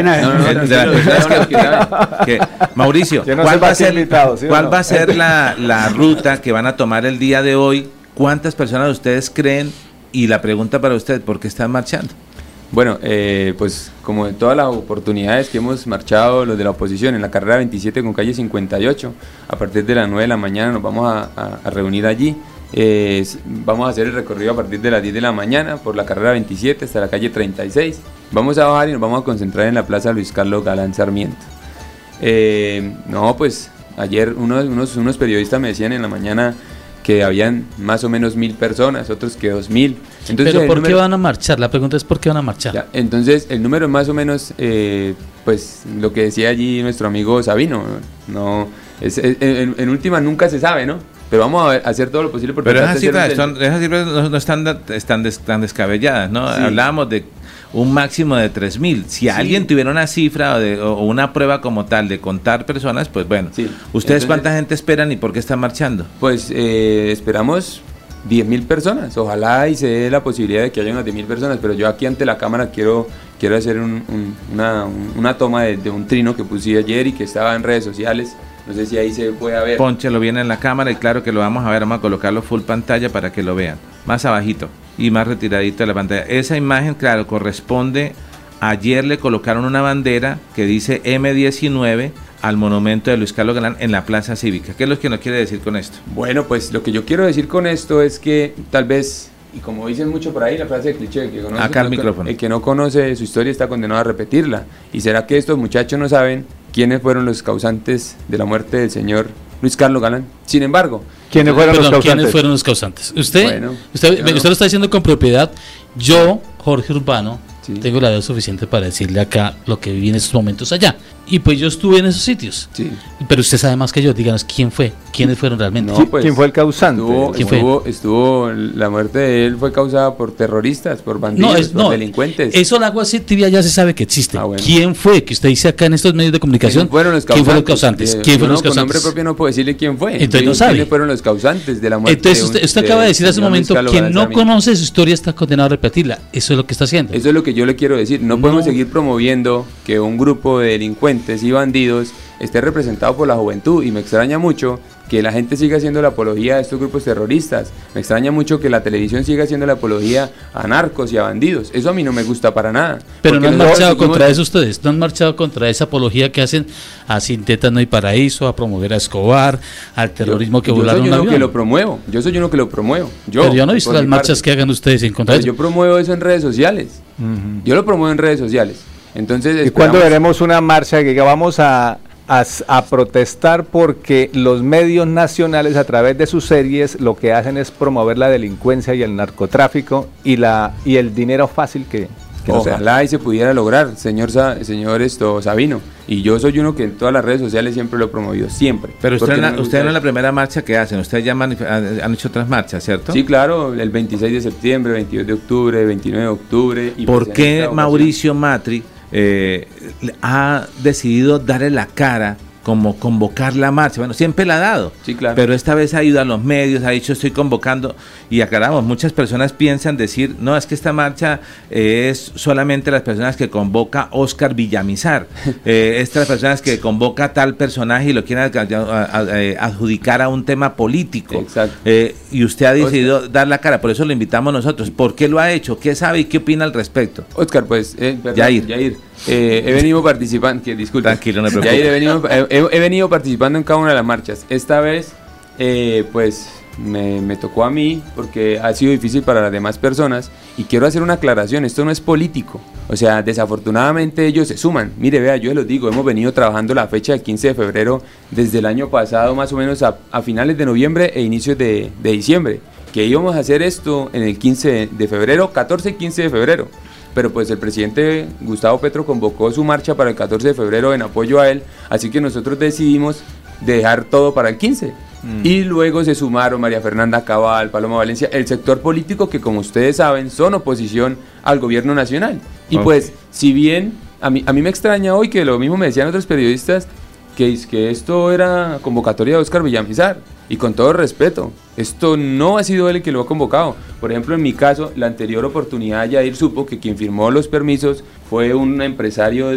Mauricio, ¿cuál va a ser la ruta que van a tomar el día de hoy? ¿Cuántas personas ustedes creen? Y la pregunta para usted, ¿por qué están marchando? Bueno, pues como en todas las oportunidades que hemos marchado los de la oposición en la carrera 27 con calle 58, a partir de las 9 de la mañana nos vamos a reunir allí. Vamos a hacer el recorrido a partir de las 10 de la mañana por la carrera 27 hasta la calle 36. Vamos a bajar y nos vamos a concentrar en la plaza Luis Carlos Galán Sarmiento. No, pues ayer unos periodistas me decían en la mañana que habían más o menos 1.000 personas, otros que 2.000. Entonces, ¿pero por qué van a marchar? La pregunta es ¿por qué van a marchar? Ya, entonces el número es más o menos, pues lo que decía allí nuestro amigo Sabino, no, en última nunca se sabe, ¿no? Pero vamos a hacer todo lo posible por pero esas cifras no están tan descabelladas, ¿no? Sí. Hablábamos de un máximo de 3.000. Si alguien tuviera una cifra o una prueba como tal de contar personas, pues bueno. Sí. ¿Ustedes entonces, cuánta gente esperan y por qué están marchando? Pues esperamos 10.000 personas. Ojalá y se dé la posibilidad de que haya unas 10.000 personas, pero yo aquí ante la cámara quiero hacer una toma de un trino que puse ayer y que estaba en redes sociales. No sé si ahí se puede ver. Pónchelo bien en la cámara y claro que lo vamos a ver. Vamos a colocarlo full pantalla para que lo vean. Más abajito y más retiradito de la pantalla. Esa imagen, claro, corresponde. Ayer le colocaron una bandera que dice M19 al monumento de Luis Carlos Galán en la Plaza Cívica. ¿Qué es lo que nos quiere decir con esto? Bueno, pues lo que yo quiero decir con esto es que tal vez, y como dicen mucho por ahí, la frase de cliché, que conoce, acá el micrófono. El que no conoce su historia está condenado a repetirla. ¿Y será que estos muchachos no saben quiénes fueron los causantes de la muerte del señor Luis Carlos Galán? Sin embargo, ¿quiénes fueron los causantes? Usted lo está diciendo con propiedad. Yo, Jorge Urbano, tengo la edad suficiente para decirle acá lo que viví en esos momentos allá. Y pues yo estuve en esos sitios. Sí. Pero usted sabe más que yo. Díganos quién fue, quiénes fueron realmente. No, pues, ¿quién fue el causante? La muerte de él fue causada por terroristas, por bandidos, por delincuentes. Eso la agua tibia ya se sabe que existe. Bueno. ¿Quién fue? Que usted dice acá en estos medios de comunicación. ¿Quién fueron los causantes? ¿Quién fueron los causantes? Con nombre propio no puedo decirle quién fue. Entonces no sabe. ¿Quiénes fueron los causantes de la muerte? Entonces usted acaba de decir hace un momento que no conoce su historia está condenado a repetirla. Eso es lo que está haciendo. Eso es lo que yo le quiero decir. No podemos seguir promoviendo que un grupo de delincuentes y bandidos esté representado por la juventud, y me extraña mucho que la gente siga haciendo la apología a estos grupos terroristas. Me extraña mucho que la televisión siga haciendo la apología a narcos y a bandidos. Eso a mí no me gusta para nada. Pero no han marchado contra eso ustedes, no han marchado contra esa apología que hacen a Sin Tétano y Paraíso, a promover a Escobar, al terrorismo que volaron un avión. Yo soy uno que lo promuevo. Pero yo no he visto las marchas que hagan ustedes en contra de eso. Yo promuevo eso en redes sociales. Yo lo promuevo en redes sociales. Entonces, ¿y cuándo veremos una marcha que diga vamos a protestar porque los medios nacionales a través de sus series lo que hacen es promover la delincuencia y el narcotráfico y el dinero fácil que ojalá y se pudiera lograr, señor Sabino, y yo soy uno que en todas las redes sociales siempre lo he promovido, siempre. Pero usted no es la primera marcha que hacen, ustedes ya han hecho otras marchas, ¿cierto? Sí, claro, el 26 de septiembre, 22 de octubre, 29 de octubre. Y ¿por qué Mauricio Matri ha decidido darle la cara como convocar la marcha. Bueno, siempre la ha dado, sí, claro. Pero esta vez ha ido a los medios, ha dicho estoy convocando, y aclaramos, muchas personas piensan decir, no, es que esta marcha es solamente las personas que convoca Óscar Villamizar, estas personas que convoca tal personaje y lo quieren adjudicar a un tema político. Exacto. Y usted ha decidido dar la cara, por eso lo invitamos nosotros. ¿Por qué lo ha hecho? ¿Qué sabe y qué opina al respecto? Óscar, pues, Yair. He venido participando, disculpa. Tranquilo, no me preocupes. He venido participando en cada una de las marchas. Esta vez, pues, me tocó a mí porque ha sido difícil para las demás personas y quiero hacer una aclaración, esto no es político, o sea, desafortunadamente ellos se suman. Mire, vea, yo les digo, hemos venido trabajando la fecha del 15 de febrero desde el año pasado, más o menos a finales de noviembre e inicios de diciembre, que íbamos a hacer esto en el 15 de febrero, 14 y 15 de febrero. Pero pues el presidente Gustavo Petro convocó su marcha para el 14 de febrero en apoyo a él, así que nosotros decidimos dejar todo para el 15. Y luego se sumaron María Fernanda Cabal, Paloma Valencia, el sector político que, como ustedes saben, son oposición al gobierno nacional. Y pues, si bien a mí me extraña hoy que lo mismo me decían otros periodistas, que esto era convocatoria de Óscar Villamizar, y con todo respeto, esto no ha sido él el que lo ha convocado. Por ejemplo, en mi caso, la anterior oportunidad, Yair supo que quien firmó los permisos fue un empresario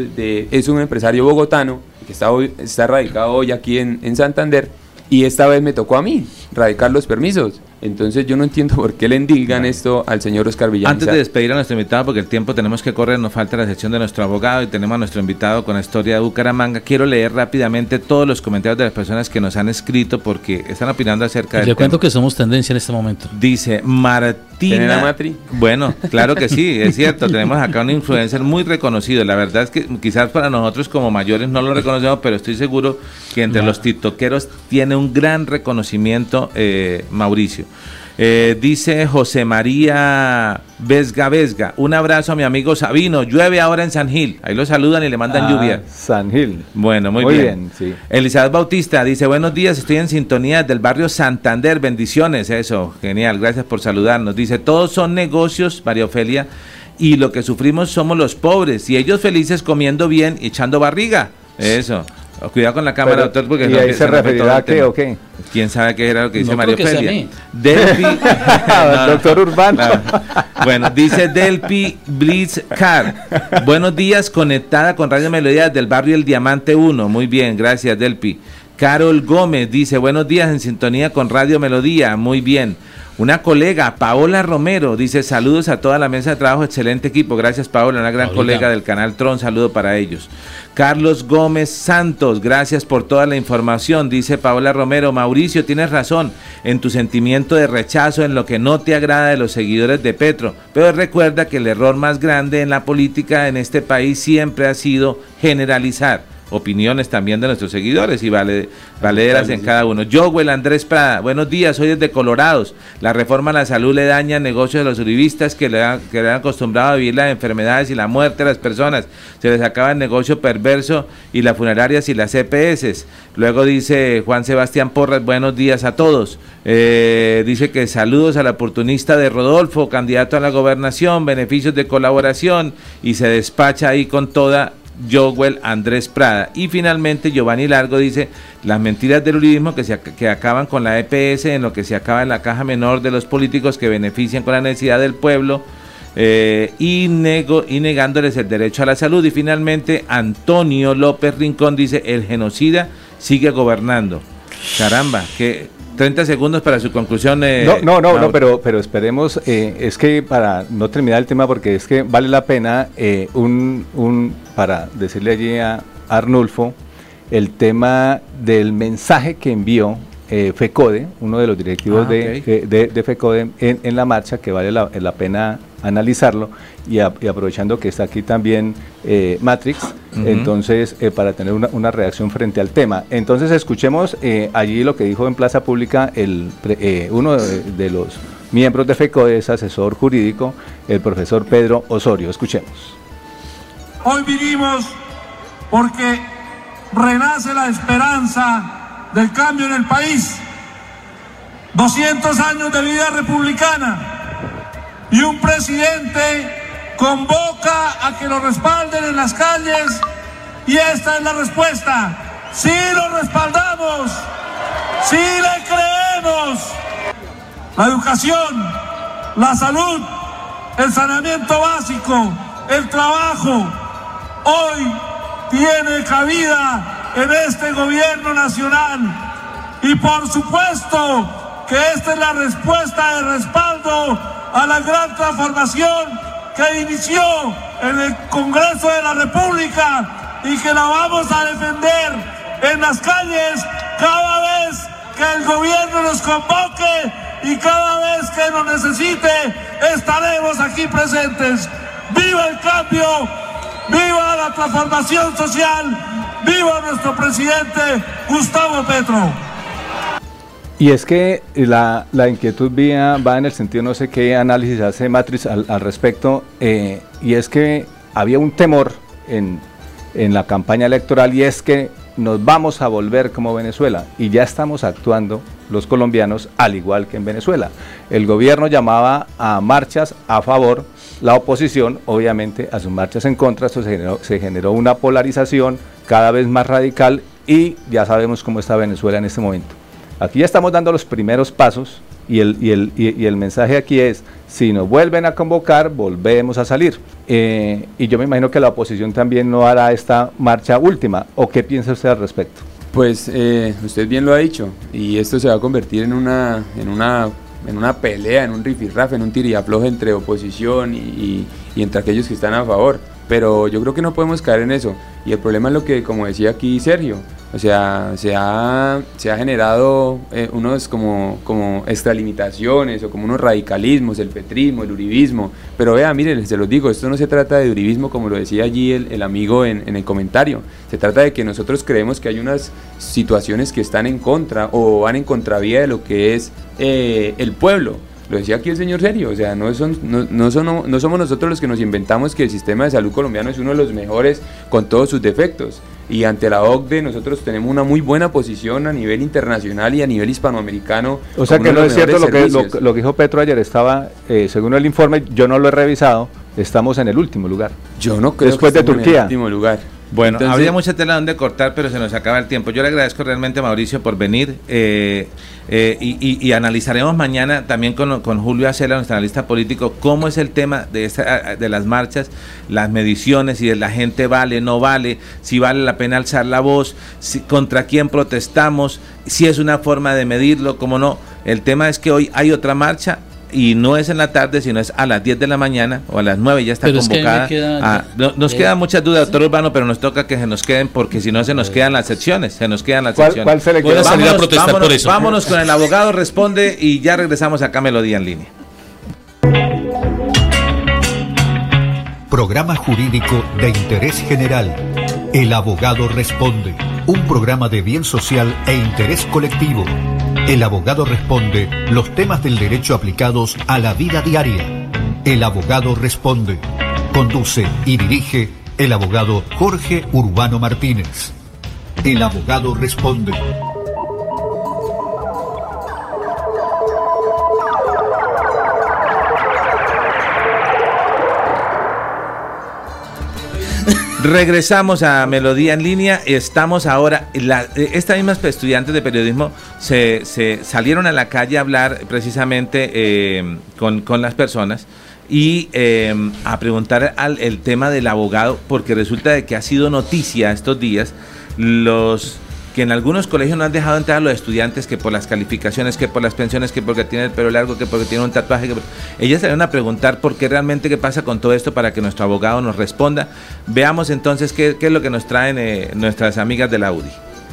bogotano, que está radicado hoy aquí en Santander, y esta vez me tocó a mí radicar los permisos. Entonces yo no entiendo por qué le endilgan esto al señor Óscar Villamizar. Antes de despedir a nuestro invitado, porque el tiempo tenemos que correr, nos falta la sección de nuestro abogado y tenemos a nuestro invitado con la historia de Bucaramanga, quiero leer rápidamente todos los comentarios de las personas que nos han escrito porque están opinando acerca del tema. Le cuento que somos tendencia en este momento. Dice Martina... ¿Tiene la Matri? Bueno, claro que sí, es cierto, tenemos acá un influencer muy reconocido. La verdad es que quizás para nosotros como mayores no lo reconocemos, pero estoy seguro que entre los tiktokeros tiene un gran reconocimiento Mauricio. Dice José María Vesga, un abrazo a mi amigo Sabino, llueve ahora en San Gil, ahí lo saludan y le mandan lluvia. San Gil. Bueno, muy bien. Sí. Elizabeth Bautista dice, buenos días, estoy en sintonía del barrio Santander, bendiciones, eso, genial, gracias por saludarnos. Dice, todos son negocios, María Ofelia, y lo que sufrimos somos los pobres, y ellos felices comiendo bien y echando barriga, eso. Cuidado con la cámara, pero, doctor, porque... ¿Y ahí se referirá a qué o qué? ¿Quién sabe qué era lo que dice María Ofelia? Delpi... Doctor Urbano. Bueno, dice Delpi Blitzcar. Buenos días, conectada con Radio Melodía del barrio El Diamante 1. Muy bien, gracias, Delpi. Carol Gómez dice, buenos días, en sintonía con Radio Melodía. Muy bien. Una colega, Paola Romero, dice, saludos a toda la mesa de trabajo, excelente equipo. Gracias, Paola, una gran colega del canal Tron, saludo para ellos. Carlos Gómez Santos, gracias por toda la información, dice Paola Romero. Mauricio, tienes razón en tu sentimiento de rechazo, en lo que no te agrada de los seguidores de Petro, pero recuerda que el error más grande en la política en este país siempre ha sido generalizar. Opiniones también de nuestros seguidores y valederas en cada uno. Joel Andrés Prada, buenos días, hoy desde Colorados. La reforma a la salud le daña el negocio de los uribistas que le han acostumbrado a vivir las enfermedades y la muerte de las personas. Se les acaba el negocio perverso y las funerarias y las EPS. Luego dice Juan Sebastián Porras, buenos días a todos. Dice que saludos al oportunista de Rodolfo, candidato a la gobernación, beneficios de colaboración, y se despacha ahí con toda Joel Andrés Prada. Y finalmente Giovanni Largo dice, las mentiras del uribismo que acaban con la EPS, en lo que se acaba en la caja menor de los políticos que benefician con la necesidad del pueblo, y negándoles el derecho a la salud. Y finalmente Antonio López Rincón dice, el genocida sigue gobernando. Caramba, que 30 segundos para su conclusión. No, pero esperemos, es que para no terminar el tema, porque es que vale la pena para decirle allí a Arnulfo el tema del mensaje que envió FECODE, uno de los directivos de FECODE en la marcha, que vale la pena analizarlo, y aprovechando que está aquí también Matrix, entonces para tener una reacción frente al tema. Entonces escuchemos allí lo que dijo en Plaza Pública uno de los miembros de FECODE, es asesor jurídico, el profesor Pedro Osorio. Escuchemos. Hoy vivimos porque renace la esperanza del cambio en el país. 200 años de vida republicana y un presidente convoca a que lo respalden en las calles, y esta es la respuesta. sí lo respaldamos, sí le creemos. La educación, la salud, el saneamiento básico, el trabajo, hoy tiene cabida en este gobierno nacional. Y por supuesto que esta es la respuesta de respaldo a la gran transformación que inició en el Congreso de la República y que la vamos a defender en las calles cada vez que el gobierno nos convoque y cada vez que nos necesite estaremos aquí presentes. ¡Viva el cambio! ¡Viva la transformación social! ¡Viva nuestro presidente Gustavo Petro! Y es que la inquietud mía va en el sentido, no sé qué análisis hace Matrix al respecto, y es que había un temor en la campaña electoral, y es que nos vamos a volver como Venezuela, y ya estamos actuando los colombianos al igual que en Venezuela. El gobierno llamaba a marchas a favor, la oposición obviamente a sus marchas en contra. Esto se generó una polarización cada vez más radical, y ya sabemos cómo está Venezuela en este momento. Aquí ya estamos dando los primeros pasos, y el mensaje aquí es: si nos vuelven a convocar, volvemos a salir. Y yo me imagino que la oposición también no hará esta marcha última. ¿O qué piensa usted al respecto? Pues usted bien lo ha dicho, y esto se va a convertir en una pelea, en un rifirrafe, en un tiriafloje entre oposición y entre aquellos que están a favor. Pero yo creo que no podemos caer en eso, y el problema es lo que, como decía aquí Sergio, o sea, se ha generado unos como extralimitaciones o como unos radicalismos, el petrismo, el uribismo. Pero vea, miren, se los digo, esto no se trata de uribismo como lo decía allí el amigo en el comentario. Se trata de que nosotros creemos que hay unas situaciones que están en contra o van en contravía de lo que es el pueblo. Lo decía aquí el señor Sergio, o sea, no somos nosotros los que nos inventamos que el sistema de salud colombiano es uno de los mejores con todos sus defectos. Y ante la OCDE nosotros tenemos una muy buena posición a nivel internacional y a nivel hispanoamericano. O sea que no es cierto lo que dijo Petro ayer. Estaba, según el informe, yo no lo he revisado, estamos en el último lugar. Yo no creo después que de Turquía. En el último lugar. Bueno, entonces, habría mucha tela donde cortar, pero se nos acaba el tiempo. Yo le agradezco realmente a Mauricio por venir, y analizaremos mañana también con Julio Acela, nuestro analista político, cómo es el tema de las marchas, las mediciones, si la gente vale, no vale, si vale la pena alzar la voz, contra quién protestamos, si es una forma de medirlo, cómo no. El tema es que hoy hay otra marcha, y no es en la tarde, sino es a las 10 de la mañana o a las 9, ya está pero convocada. Nos quedan muchas dudas, doctor Urbano, pero nos toca que se nos queden, porque si no se nos quedan las secciones, ¿Cuál se le queda? Voy a salir a protestar por eso. Vámonos con el abogado responde, y ya regresamos acá, Melodía en Línea. Programa jurídico de interés general. El abogado responde. Un programa de bien social e interés colectivo. El abogado responde los temas del derecho aplicados a la vida diaria. El abogado responde. Conduce y dirige el abogado Jorge Urbano Martínez. El abogado responde. Regresamos a Melodía en Línea. Estamos ahora, estas mismas estudiantes de periodismo se salieron a la calle a hablar precisamente con las personas y a preguntar el tema del abogado, porque resulta de que ha sido noticia estos días que en algunos colegios no han dejado entrar a los estudiantes, que por las calificaciones, que por las pensiones, que porque tienen el pelo largo, que porque tienen un tatuaje. Ellas salieron a preguntar por qué realmente, qué pasa con todo esto, para que nuestro abogado nos responda. Veamos entonces qué es lo que nos traen nuestras amigas de la UDI.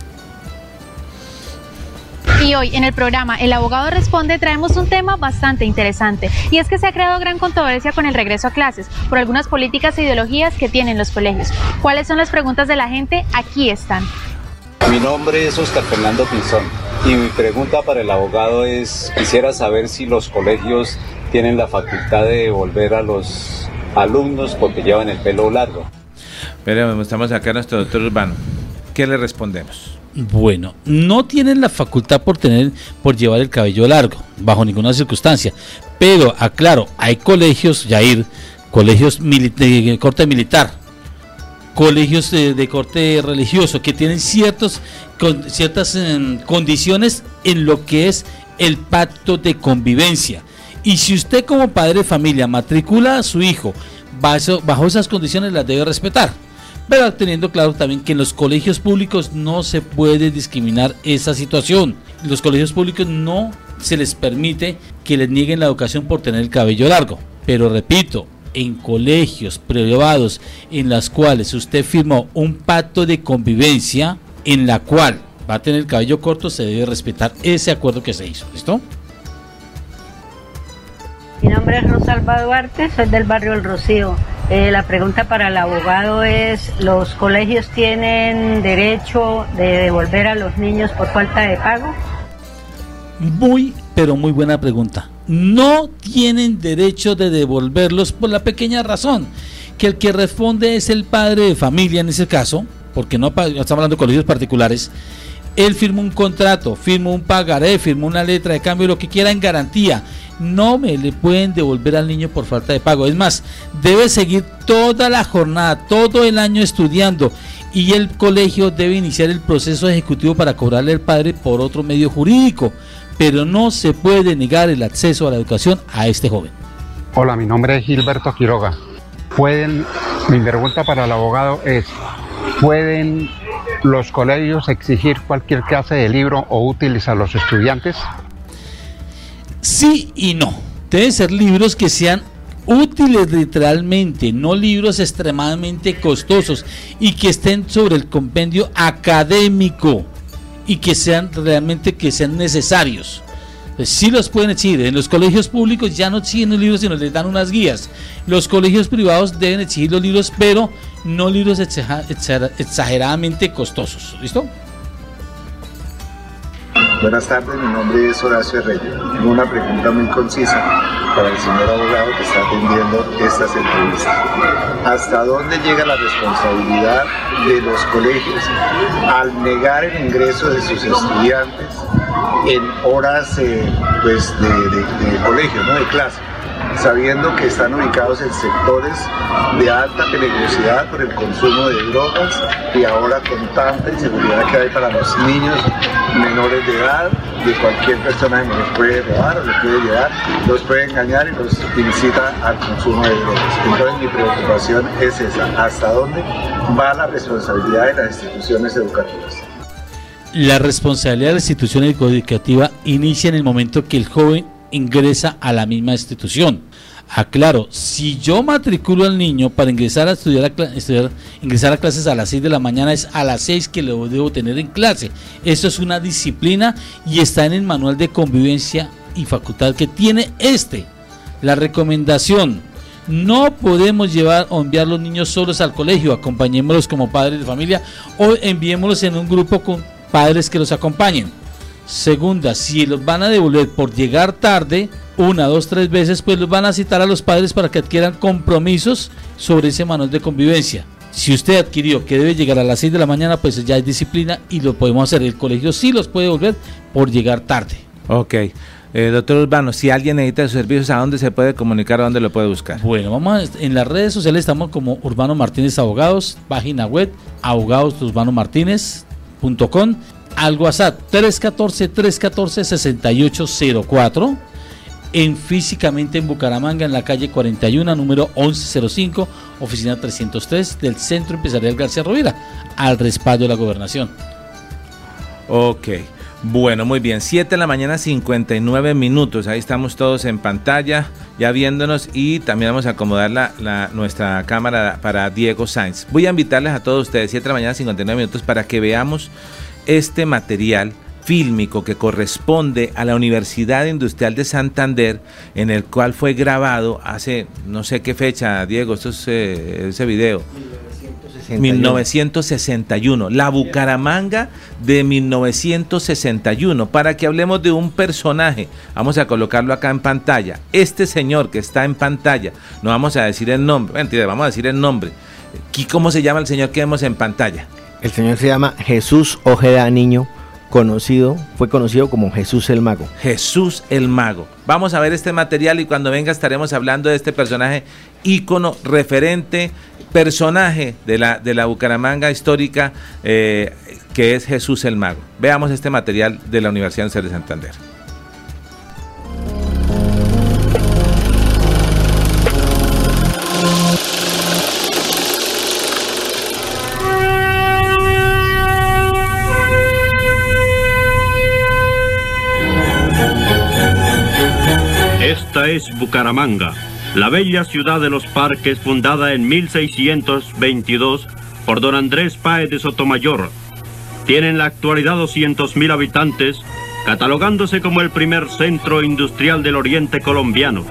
Y hoy en el programa El Abogado Responde traemos un tema bastante interesante, y es que se ha creado gran controversia con el regreso a clases por algunas políticas e ideologías que tienen los colegios. ¿Cuáles son las preguntas de la gente? Aquí están. Mi nombre es Oscar Fernando Pinzón y mi pregunta para el abogado es: quisiera saber si los colegios tienen la facultad de devolver a los alumnos porque llevan el pelo largo. Pero estamos acá nuestro doctor Urbano. ¿Qué le respondemos? Bueno, no tienen la facultad por llevar el cabello largo, bajo ninguna circunstancia. Pero, aclaro, hay colegios, Yair, colegios de corte militar, colegios de corte religioso que tienen ciertas condiciones en lo que es el pacto de convivencia. Y si usted como padre de familia matricula a su hijo bajo esas condiciones, las debe respetar, pero teniendo claro también que en los colegios públicos no se puede discriminar esa situación. Los colegios públicos no se les permite que les nieguen la educación por tener el cabello largo, pero repito, en colegios privados en las cuales usted firmó un pacto de convivencia en la cual va a tener el cabello corto, se debe respetar ese acuerdo que se hizo. ¿Listo? Mi nombre es Rosalba Duarte, soy del barrio El Rocío. La pregunta para el abogado es, ¿los colegios tienen derecho de devolver a los niños por falta de pago? Muy, pero muy buena pregunta. No tienen derecho de devolverlos por la pequeña razón que el que responde es el padre de familia en ese caso, porque no estamos hablando de colegios particulares. Él firmó un contrato, firmó un pagaré, firmó una letra de cambio, lo que quiera en garantía. No me le pueden devolver al niño por falta de pago. Es más, debe seguir toda la jornada, todo el año estudiando, y el colegio debe iniciar el proceso ejecutivo para cobrarle al padre por otro medio jurídico, pero no se puede negar el acceso a la educación a este joven. Hola, mi nombre es Gilberto Quiroga. Mi pregunta para el abogado es, ¿pueden los colegios exigir cualquier clase de libro o útiles a los estudiantes? Sí y no. Deben ser libros que sean útiles literalmente, no libros extremadamente costosos y que estén sobre el compendio académico y que sean realmente necesarios. Pues sí los pueden exigir. En los colegios públicos ya no exigen los libros, sino les dan unas guías. Los colegios privados deben exigir los libros, pero no libros exageradamente costosos. ¿Listo? Buenas tardes, mi nombre es Horacio Reyes. Tengo una pregunta muy concisa para el señor abogado que está atendiendo estas entrevistas. ¿Hasta dónde llega la responsabilidad de los colegios al negar el ingreso de sus estudiantes en horas de colegio, ¿no? De clase, sabiendo que están ubicados en sectores de alta peligrosidad por el consumo de drogas y ahora con tanta inseguridad que hay para los niños menores de edad, de cualquier persona que los puede robar o los puede llevar, los puede engañar y los incita al consumo de drogas? Entonces mi preocupación es esa, ¿hasta dónde va la responsabilidad de las instituciones educativas? La responsabilidad de la institución educativa inicia en el momento que el joven ingresa a la misma institución. Aclaro, si yo matriculo al niño para ingresar a ingresar a clases a las 6 de la mañana, es a las 6 que lo debo tener en clase. Eso es una disciplina y está en el manual de convivencia y facultad que tiene La recomendación: no podemos llevar o enviar los niños solos al colegio, acompañémoslos como padres de familia o enviémoslos en un grupo con padres que los acompañen. Segunda, si los van a devolver por llegar tarde, 1, 2, 3 veces, pues los van a citar a los padres para que adquieran compromisos sobre ese manual de convivencia. Si usted adquirió que debe llegar a las 6 de la mañana, pues ya es disciplina y lo podemos hacer. El colegio sí los puede devolver por llegar tarde. Ok. Doctor Urbano, si alguien necesita sus servicios, ¿a dónde se puede comunicar? ¿A dónde lo puede buscar? Bueno, en las redes sociales estamos como Urbano Martínez Abogados, página web abogadosurbanomartinez.com, al WhatsApp 314-314-6804, físicamente en Bucaramanga, en la calle 41, número 1105, oficina 303 del Centro Empresarial García Rovira, al respaldo de la gobernación. Ok. Bueno, muy bien, 7 de la mañana 59 minutos, ahí estamos todos en pantalla ya viéndonos y también vamos a acomodar nuestra cámara para Diego Sainz. Voy a invitarles a todos ustedes, 7 de la mañana 59 minutos, para que veamos este material fílmico que corresponde a la Universidad Industrial de Santander, en el cual fue grabado hace no sé qué fecha, Diego, esto es ese video. 1961, la Bucaramanga de 1961, para que hablemos de un personaje. Vamos a colocarlo acá en pantalla. Este señor que está en pantalla, no vamos a decir el nombre, mentira, vamos a decir el nombre. ¿Cómo se llama el señor que vemos en pantalla? El señor se llama Jesús Ojeda Niño, fue conocido como Jesús el Mago. Jesús el Mago. Vamos a ver este material y cuando venga estaremos hablando de este personaje ícono, referente, personaje de la Bucaramanga histórica, que es Jesús el Mago. Veamos este material de la Universidad Nacional de Santander. Esta es Bucaramanga, la bella ciudad de los parques, fundada en 1622 por don Andrés Páez de Sotomayor. Tiene en la actualidad 200.000 habitantes, catalogándose como el primer centro industrial del oriente colombiano.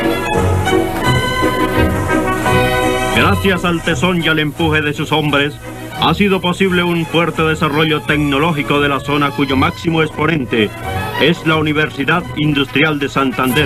Gracias al tesón y al empuje de sus hombres, ha sido posible un fuerte desarrollo tecnológico de la zona, cuyo máximo exponente es la Universidad Industrial de Santander.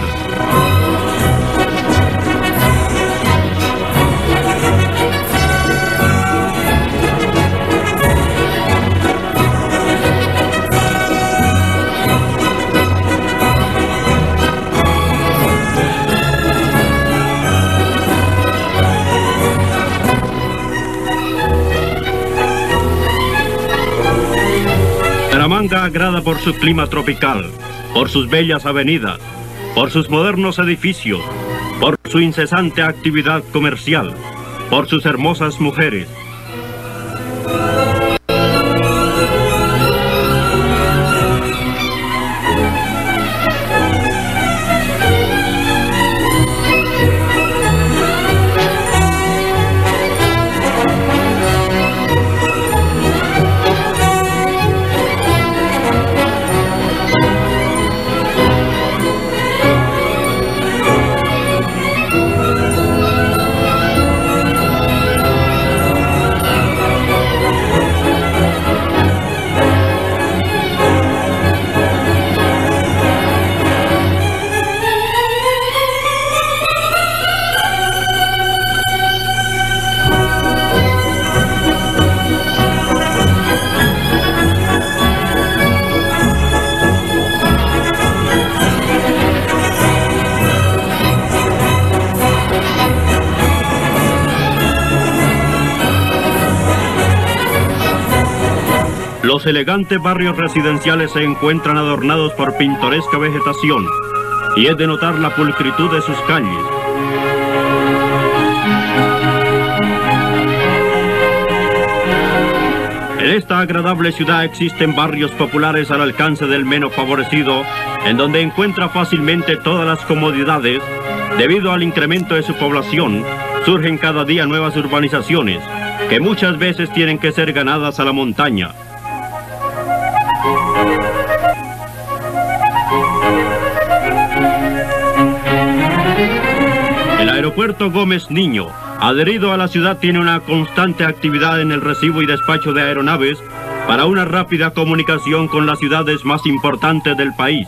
Bucaramanga agrada por su clima tropical, por sus bellas avenidas, por sus modernos edificios, por su incesante actividad comercial, por sus hermosas mujeres. Los elegantes barrios residenciales se encuentran adornados por pintoresca vegetación, y es de notar la pulcritud de sus calles. En esta agradable ciudad existen barrios populares al alcance del menos favorecido, en donde encuentra fácilmente todas las comodidades. Debido al incremento de su población, surgen cada día nuevas urbanizaciones, que muchas veces tienen que ser ganadas a la montaña. El aeropuerto Gómez Niño, adherido a la ciudad, tiene una constante actividad en el recibo y despacho de aeronaves para una rápida comunicación con las ciudades más importantes del país.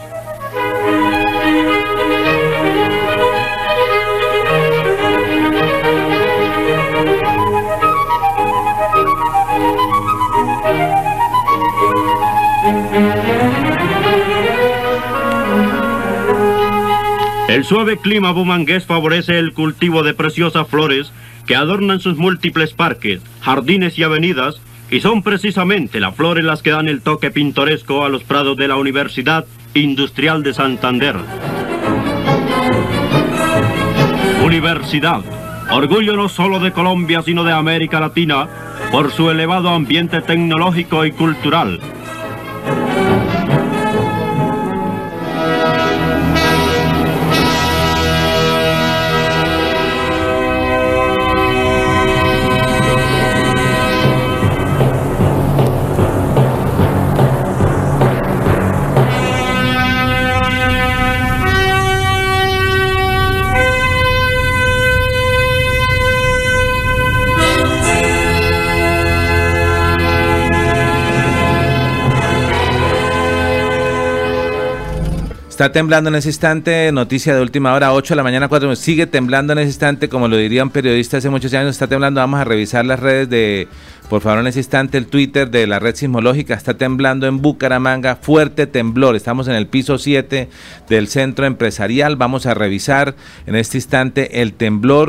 El suave clima bumangués favorece el cultivo de preciosas flores que adornan sus múltiples parques, jardines y avenidas, y son precisamente las flores las que dan el toque pintoresco a los prados de la Universidad Industrial de Santander. Universidad, orgullo no solo de Colombia sino de América Latina por su elevado ambiente tecnológico y cultural. Está temblando en ese instante, noticia de última hora, 8 de la mañana, 4, sigue temblando en ese instante, como lo diría un periodista hace muchos años, está temblando. Vamos a revisar las redes de, por favor, en ese instante, el Twitter de la red sismológica. Está temblando en Bucaramanga, fuerte temblor, estamos en el piso 7 del centro empresarial. Vamos a revisar en este instante el temblor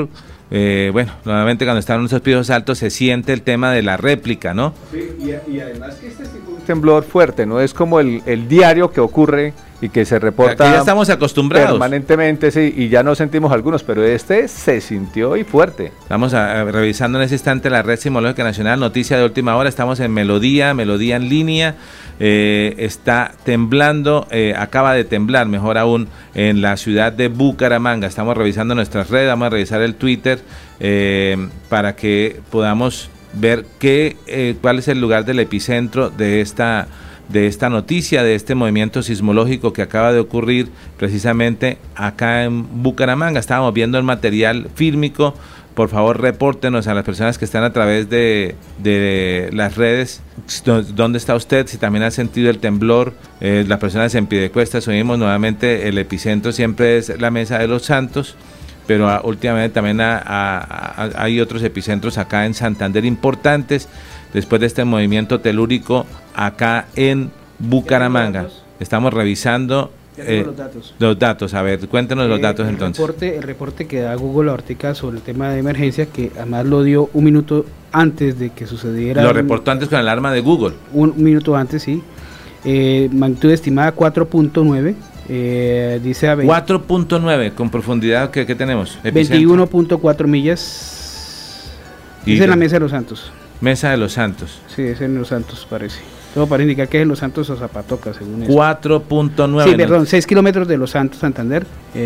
bueno, nuevamente cuando están en esos pisos altos se siente el tema de la réplica, ¿no? Sí, y además que este es un temblor fuerte, no es como el diario que ocurre y que se reporta. Ya estamos acostumbrados permanentemente, sí, y ya no sentimos algunos, pero este se sintió y fuerte. Estamos revisando en ese instante la Red Sismológica Nacional, noticia de última hora, estamos en Melodía en línea, está temblando, acaba de temblar, mejor aún, en la ciudad de Bucaramanga. Estamos revisando nuestras redes, vamos a revisar el Twitter para que podamos ver cuál es el lugar del epicentro de esta noticia, de este movimiento sismológico que acaba de ocurrir precisamente acá en Bucaramanga. Estábamos viendo el material fílmico. Por favor, repórtenos a las personas que están a través de las redes dónde está usted, si también ha sentido el temblor. Las personas en Piedecuesta, oímos nuevamente, el epicentro siempre es la Mesa de los Santos, pero últimamente también hay otros epicentros acá en Santander importantes después de este movimiento telúrico acá en Bucaramanga. Estamos revisando los datos. A ver, cuéntenos los datos entonces. El reporte que da Google ahorita sobre el tema de emergencia, que además lo dio un minuto antes de que sucediera. Lo reportó antes con el alarma de Google. Un minuto antes, sí. Magnitud estimada 4.9. Dice a 4.9, con profundidad que tenemos. 21.4 millas. Dice en la Mesa de los Santos. Mesa de los Santos. Sí, es en Los Santos, parece. Todo parece indicar que es en Los Santos o Zapatoca, según eso. 4.9. Sí, perdón, 6 kilómetros de Los Santos, Santander.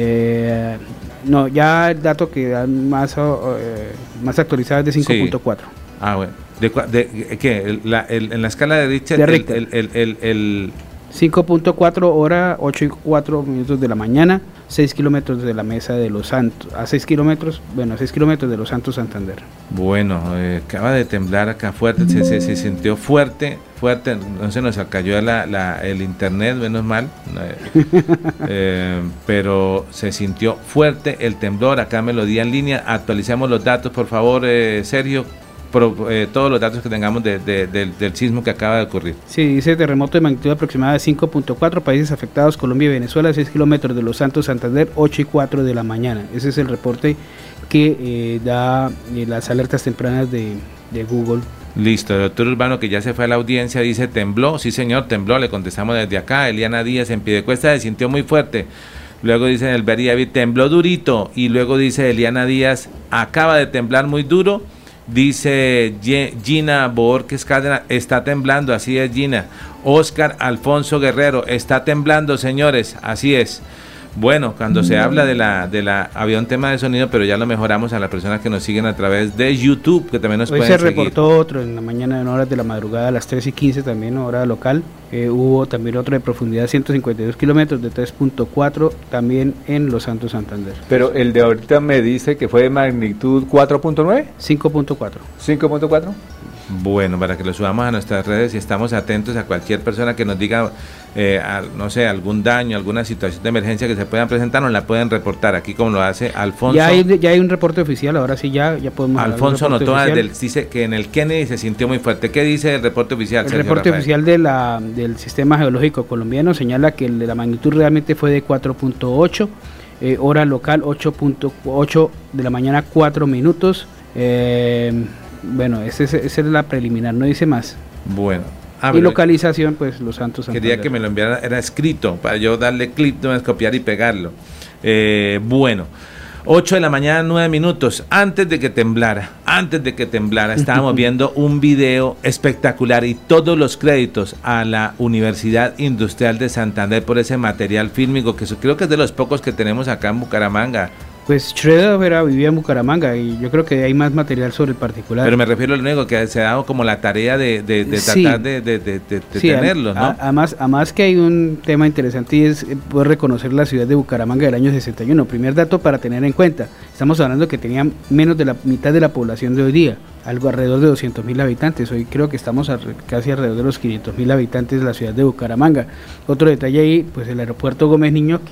No, ya el dato que dan más actualizado es de 5.4. Ah, bueno. ¿Qué? En la escala de Richter, de Richter. El 5.4 hora, 8 y 4 minutos de la mañana, 6 kilómetros de la Mesa de los Santos, a 6 kilómetros de Los Santos, Santander. Bueno, acaba de temblar acá fuerte, se sintió fuerte, no se nos cayó el internet, menos mal, pero se sintió fuerte el temblor, acá Melodía en línea. Actualicemos los datos, por favor, Sergio. Todos los datos que tengamos del sismo que acaba de ocurrir. Sí, dice terremoto de magnitud aproximada de 5.4, países afectados, Colombia y Venezuela, 6 kilómetros de Los Santos, Santander, 8 y 4 de la mañana. Ese es el reporte que da las alertas tempranas de Google. Listo, el doctor Urbano, que ya se fue a la audiencia, dice, tembló, sí señor, tembló, le contestamos desde acá. Eliana Díaz en Piedecuesta se sintió muy fuerte. Luego dice el Beri David, tembló durito. Y luego dice Eliana Díaz, acaba de temblar muy duro. Dice Gina Borges Cárdenas, está temblando, así es Gina. Oscar Alfonso Guerrero, está temblando, señores, así es. Bueno, cuando se habla había un tema de sonido, pero ya lo mejoramos a las personas que nos siguen a través de YouTube, que también nos pueden seguir. Hoy se reportó otro en la mañana, en horas de la madrugada, a las 3:15 también, hora local. Hubo también otro de profundidad 152 kilómetros, de 3.4, también en Los Santos, Santander. Pero el de ahorita me dice que fue de magnitud 4.9. 5.4. 5.4. Bueno, para que lo subamos a nuestras redes y estamos atentos a cualquier persona que nos diga, no sé, algún daño, alguna situación de emergencia que se puedan presentar, nos la pueden reportar, aquí como lo hace Alfonso. Ya hay un reporte oficial, ahora sí ya podemos. Alfonso notó, dice que en el Kennedy se sintió muy fuerte. ¿Qué dice el reporte oficial? El reporte oficial del Sistema Geológico Colombiano señala que la magnitud realmente fue de 4.8, hora local 8.8 de la mañana, 4 minutos. Bueno, esa es la preliminar, no dice más. Bueno. Y localización, pues Los Santos, Santander. Quería que me lo enviara, era escrito, para yo darle clic, no es copiar y pegarlo. Bueno, 8 de la mañana, 9 minutos, antes de que temblara, estábamos viendo un video espectacular y todos los créditos a la Universidad Industrial de Santander por ese material fílmico, que creo que es de los pocos que tenemos acá en Bucaramanga. Pues Schroeder vivía en Bucaramanga y yo creo que hay más material sobre el particular. Pero me refiero al único que se ha dado como la tarea de tratar de tenerlo, ¿no? Además que hay un tema interesante y es poder reconocer la ciudad de Bucaramanga del año 61. Primer dato para tener en cuenta, estamos hablando que tenía menos de la mitad de la población de hoy día, algo alrededor de 200.000 habitantes. Hoy creo que estamos casi alrededor de los 500.000 habitantes de la ciudad de Bucaramanga. Otro detalle ahí, pues el aeropuerto Gómez Niño,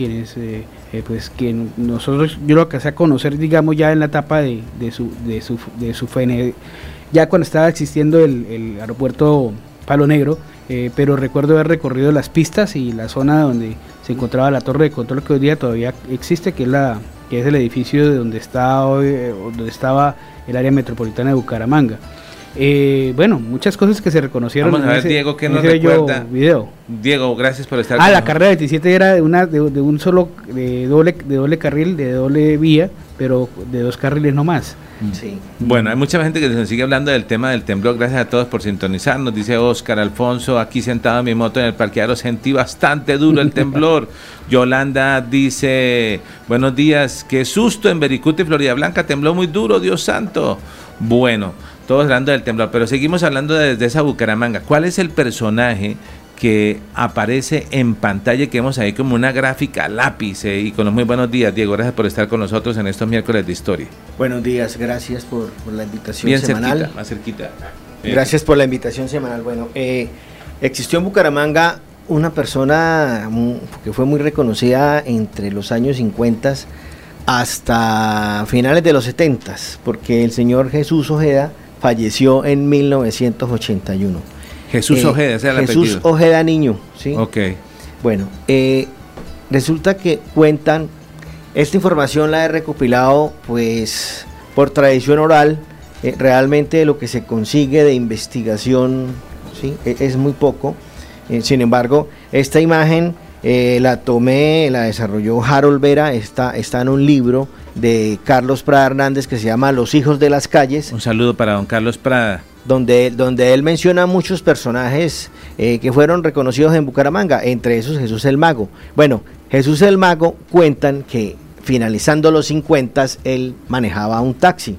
yo lo alcancé a conocer, digamos, ya en la etapa de su FN, ya cuando estaba existiendo el aeropuerto Palo Negro, pero recuerdo haber recorrido las pistas y la zona donde se encontraba la torre de control que hoy día todavía existe, que es la que es el edificio de donde está hoy, donde estaba el área metropolitana de Bucaramanga. Bueno, muchas cosas que se reconocieron. Vamos a ver, Diego, ¿qué nos recuerda? Video. Diego, gracias por estar la carrera 27 era de un solo, de doble carril, de doble vía, pero de 2 carriles no más. Sí. Bueno, hay mucha gente que nos sigue hablando del tema del temblor. Gracias a todos por sintonizarnos. Dice Oscar Alfonso, aquí sentado en mi moto en el parqueadero, sentí bastante duro el temblor. Yolanda dice, buenos días, qué susto en Vericuta y Florida Blanca, tembló muy duro, Dios santo. Bueno, todos hablando del temblor, pero seguimos hablando desde esa Bucaramanga. ¿Cuál es el personaje que aparece en pantalla, que vemos ahí como una gráfica lápiz? Y con los muy buenos días, Diego, gracias por estar con nosotros en estos miércoles de historia. Buenos días, gracias por la invitación bien semanal. Cerquita, más cerquita. Gracias por la invitación semanal. Bueno, existió en Bucaramanga una persona que fue muy reconocida entre los años 50 hasta finales de los 70, porque el señor Jesús Ojeda falleció en 1981. Jesús Ojeda, ese es el Jesús apellido. Ojeda Niño, ¿sí? Ok. Bueno, resulta que cuentan, esta información la he recopilado pues por tradición oral, realmente lo que se consigue de investigación, ¿sí? Es muy poco. Sin embargo, esta imagen la desarrolló Harold Vera, está en un libro de Carlos Prada Hernández que se llama Los hijos de las calles. Un saludo para don Carlos Prada. Donde él menciona muchos personajes que fueron reconocidos en Bucaramanga, entre esos Jesús el Mago. Bueno, Jesús el Mago cuentan que finalizando los 50 él manejaba un taxi.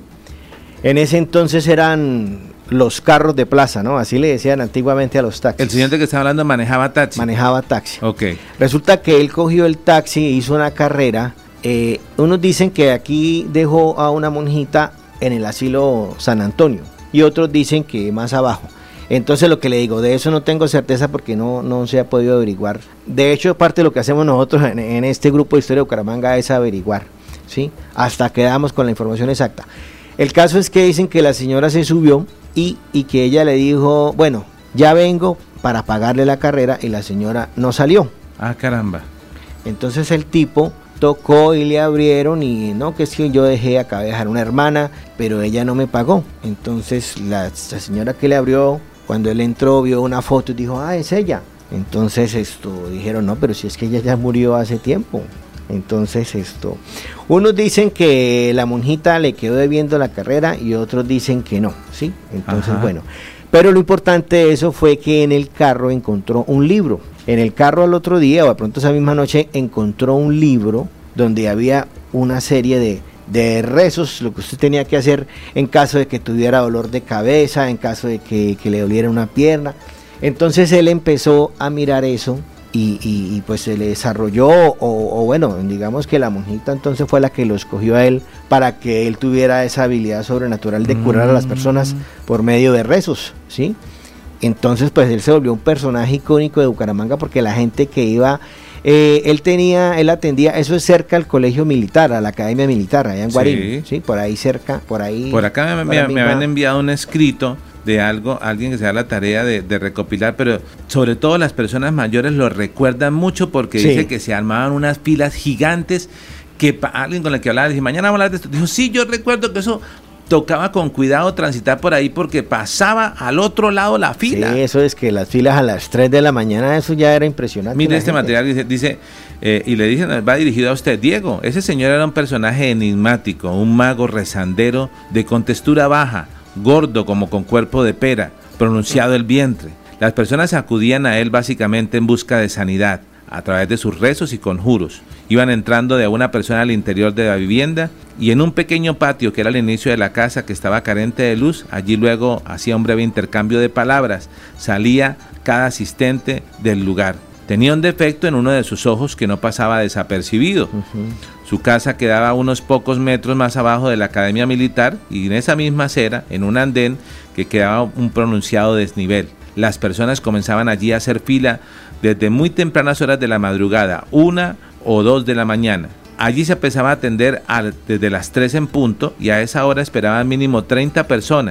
En ese entonces eran los carros de plaza, ¿no? Así le decían antiguamente a los taxis. El señor de que está hablando manejaba taxi. Manejaba taxi. Ok. Resulta que él cogió el taxi e hizo una carrera. Unos dicen que aquí dejó a una monjita en el asilo San Antonio y otros dicen que más abajo. Entonces lo que le digo, de eso no tengo certeza porque no se ha podido averiguar. De hecho, parte de lo que hacemos nosotros en este grupo de Historia de Bucaramanga es averiguar, ¿sí? Hasta quedamos con la información exacta. El caso es que dicen que la señora se subió y que ella le dijo, bueno, ya vengo para pagarle la carrera, y la señora no salió. Ah, caramba. Entonces el tipo tocó y le abrieron y no, que es que yo acabé de dejar una hermana, pero ella no me pagó. Entonces la señora que le abrió, cuando él entró, vio una foto y dijo, ah, es ella. Entonces dijeron, no, pero si es que ella ya murió hace tiempo. Entonces unos dicen que la monjita le quedó debiendo la carrera y otros dicen que no, ¿sí? Entonces, ajá, bueno, pero lo importante de eso fue que en el carro encontró un libro. En el carro al otro día, o de pronto esa misma noche, encontró un libro donde había una serie de rezos, lo que usted tenía que hacer en caso de que tuviera dolor de cabeza, en caso de que le doliera una pierna. Entonces él empezó a mirar eso y pues se le desarrolló, o bueno, digamos que la monjita entonces fue la que lo escogió a él para que él tuviera esa habilidad sobrenatural de curar a las personas por medio de rezos, ¿sí? Entonces pues él se volvió un personaje icónico de Bucaramanga porque la gente que iba, él atendía, eso es cerca al colegio militar, a la academia militar, allá en Guarín, ¿sí? Por ahí cerca, por ahí. Por acá me habían enviado un escrito de alguien que se da la tarea de recopilar, pero sobre todo las personas mayores lo recuerdan mucho porque sí, dice que se armaban unas pilas gigantes, que alguien con el que hablaba dice, mañana vamos a hablar de esto, dijo, sí, yo recuerdo que eso tocaba con cuidado transitar por ahí porque pasaba al otro lado la fila. Sí, eso es que las filas a las 3 de la mañana, eso ya era impresionante. Mire este material, dice y le dicen, va dirigido a usted, Diego, ese señor era un personaje enigmático, un mago rezandero de contextura baja, gordo como con cuerpo de pera, pronunciado el vientre. Las personas acudían a él básicamente en busca de sanidad, a través de sus rezos y conjuros. Iban entrando de una persona al interior de la vivienda y en un pequeño patio que era el inicio de la casa que estaba carente de luz, allí luego hacía un breve intercambio de palabras, salía cada asistente del lugar. Tenía un defecto en uno de sus ojos que no pasaba desapercibido. Su casa quedaba a unos pocos metros más abajo de la academia militar y en esa misma acera, en un andén que quedaba un pronunciado desnivel. Las personas comenzaban allí a hacer fila desde muy tempranas horas de la madrugada, 1 o 2 de la mañana. Allí se empezaba a atender desde las 3 en punto y a esa hora esperaban mínimo 30 personas.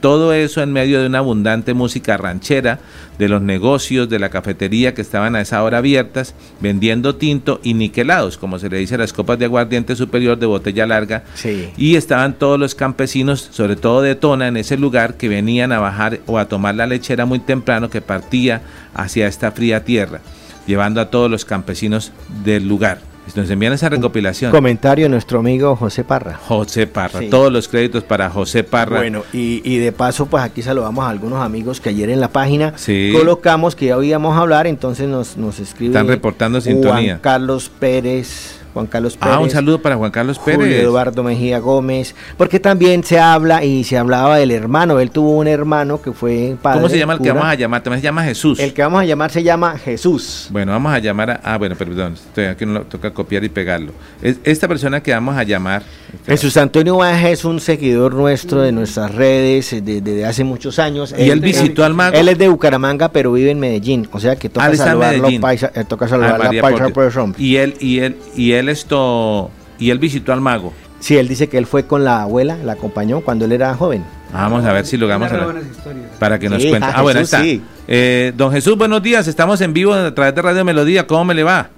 todo eso en medio de una abundante música ranchera, de los negocios, de la cafetería que estaban a esa hora abiertas, vendiendo tinto y niquelados, como se le dice a las copas de aguardiente superior de botella larga. Sí. Y estaban todos los campesinos, sobre todo de Tona, en ese lugar, que venían a bajar o a tomar la lechera muy temprano que partía hacia esta fría tierra, llevando a todos los campesinos del lugar. Nos envían esa recopilación. Comentario de nuestro amigo José Parra. José Parra, Sí. Todos los créditos para José Parra. Bueno, y de paso, pues aquí saludamos a algunos amigos que ayer en la página Sí. colocamos que ya oíamos hablar, entonces nos escribe. Están reportando sintonía. Juan Carlos Pérez. Un saludo para Juan Carlos Pérez. Julio Eduardo Mejía Gómez, porque también se habla y se hablaba del hermano. Él tuvo un hermano que fue padre. ¿Cómo se llama el que cura. vamos a llamar? También se llama Jesús. El que vamos a llamar se llama Jesús. Bueno, vamos a llamar a... bueno, perdón, aquí no toca copiar y pegarlo. Esta persona que vamos a llamar... Jesús Antonio Baja es un seguidor nuestro de nuestras redes desde hace muchos años. ¿Y él visitó al mago? Él es de Bucaramanga, pero vive en Medellín. O sea que toca saludarlo, toca saludarlo a Paisa por rompe. Y él visitó al mago. Sí, él dice que él fue con la abuela, la acompañó cuando él era joven. Vamos a ver si logramos para que nos Sí, cuente. Jesús, Bueno, ahí está. sí. Don Jesús, buenos días. Estamos en vivo a través de Radio Melodía. ¿Cómo me le va?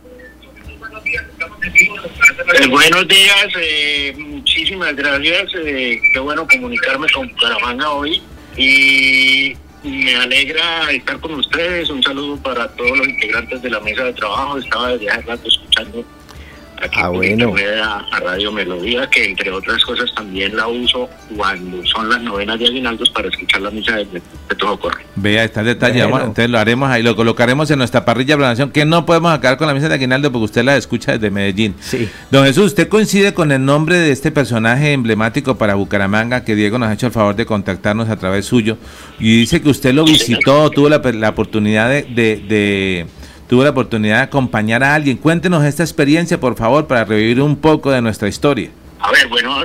Buenos días, muchísimas gracias. Qué bueno comunicarme con Bucaramanga hoy y me alegra estar con ustedes. Un saludo para todos los integrantes de la mesa de trabajo. Estaba desde hace rato escuchando aquí bueno. a Radio Melodía, que entre otras cosas también la uso cuando son las novenas de aguinaldos para escuchar la misa de todo corre. Vea, está el detalle. Bueno. Entonces lo haremos ahí, lo colocaremos en nuestra parrilla de programación, que no podemos acabar con la misa de aguinaldo porque usted la escucha desde Medellín. Sí. Don Jesús, ¿usted coincide con el nombre de este personaje emblemático para Bucaramanga que Diego nos ha hecho el favor de contactarnos a través suyo? Y dice que usted lo visitó, tuvo la oportunidad tuvo la oportunidad de acompañar a alguien. Cuéntenos esta experiencia, por favor, para revivir un poco de nuestra historia. A ver, bueno,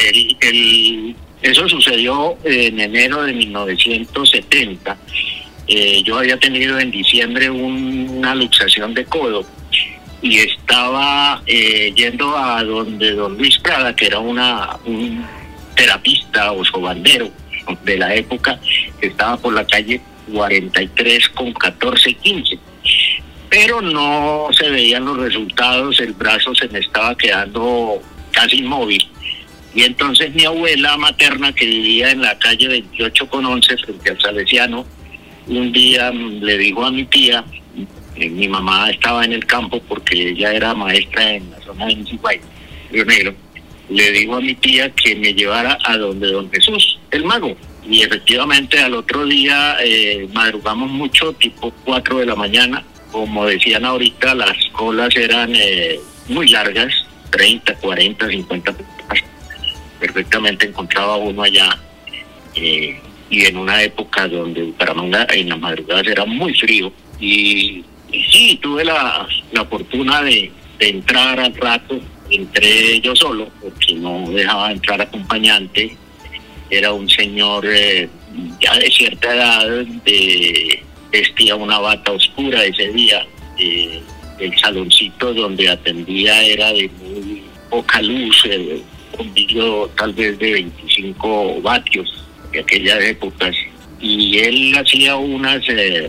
eso sucedió en enero de 1970. Yo había tenido en diciembre una luxación de codo y estaba yendo a donde don Luis Prada, que era un terapista o sobandero de la época, que estaba por la calle 43 con 1415. Pero no se veían los resultados, el brazo se me estaba quedando casi inmóvil. Y entonces mi abuela materna, que vivía en la calle 28 con 11 frente al Salesiano, un día le dijo a mi tía, mi mamá estaba en el campo porque ella era maestra en la zona de Michihuay, Río Negro, le dijo a mi tía que me llevara a donde don Jesús, el mago. Y efectivamente al otro día madrugamos mucho, tipo 4 de la mañana. Como decían ahorita, las colas eran muy largas, 30, 40, 50 personas. Perfectamente encontraba uno allá. Y en una época donde Bucaramanga en las madrugadas era muy frío. Y sí, tuve la fortuna de entrar al rato. Entré yo solo, porque no dejaba entrar acompañante. Era un señor ya de cierta edad, vestía una bata oscura ese día. El saloncito donde atendía era de muy poca luz, un vidrio tal vez de 25 vatios de aquellas épocas. Y él hacía unas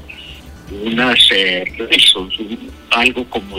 rezos, algo como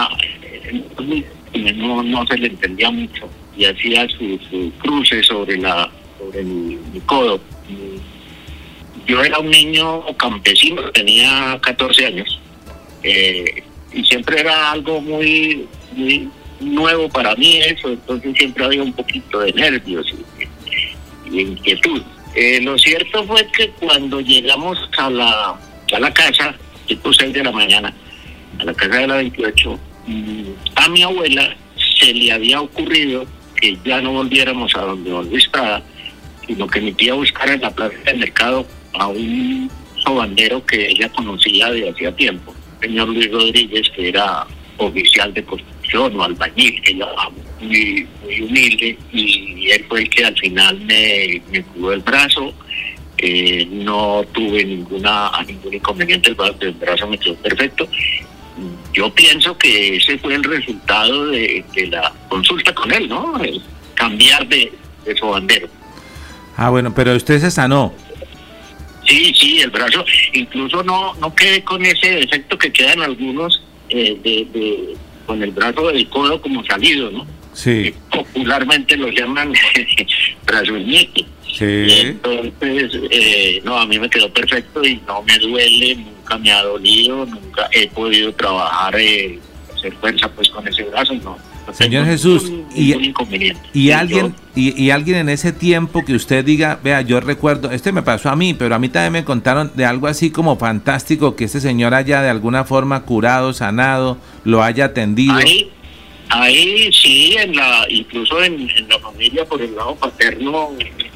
no se le entendía mucho. Y hacía su cruce sobre mi codo. Yo era un niño campesino, tenía 14 años, y siempre era algo muy, muy nuevo para mí eso, entonces siempre había un poquito de nervios y inquietud. Lo cierto fue que cuando llegamos a la casa, tipo 6 de la mañana, a la casa de la 28, a mi abuela se le había ocurrido que ya no volviéramos a donde don Luis Prada, sino que mi tía buscara en la plaza del mercado a un sobandero que ella conocía de hacía tiempo, el señor Luis Rodríguez, que era oficial de construcción o albañil, que llamaba, muy humilde, y él fue el que al final me curó el brazo. No tuve ningún inconveniente, el brazo me quedó perfecto. Yo pienso que ese fue el resultado de la consulta con él, ¿no? El cambiar de sobandero. Ah, bueno, pero usted se sanó. Sí, el brazo, incluso no quedé con ese defecto que quedan algunos con el brazo del codo como salido, ¿no? Sí. Popularmente lo llaman brazoñete. Sí. Entonces, no, a mí me quedó perfecto y no me duele, nunca me ha dolido, nunca he podido trabajar, hacer fuerza pues con ese brazo, no. Señor Jesús, inconveniente. y alguien en ese tiempo que usted diga, vea, yo recuerdo, me pasó a mí, pero a mí también me contaron de algo así como fantástico, que este señor haya de alguna forma curado, sanado, lo haya atendido. Ahí sí, incluso en la familia por el lado paterno,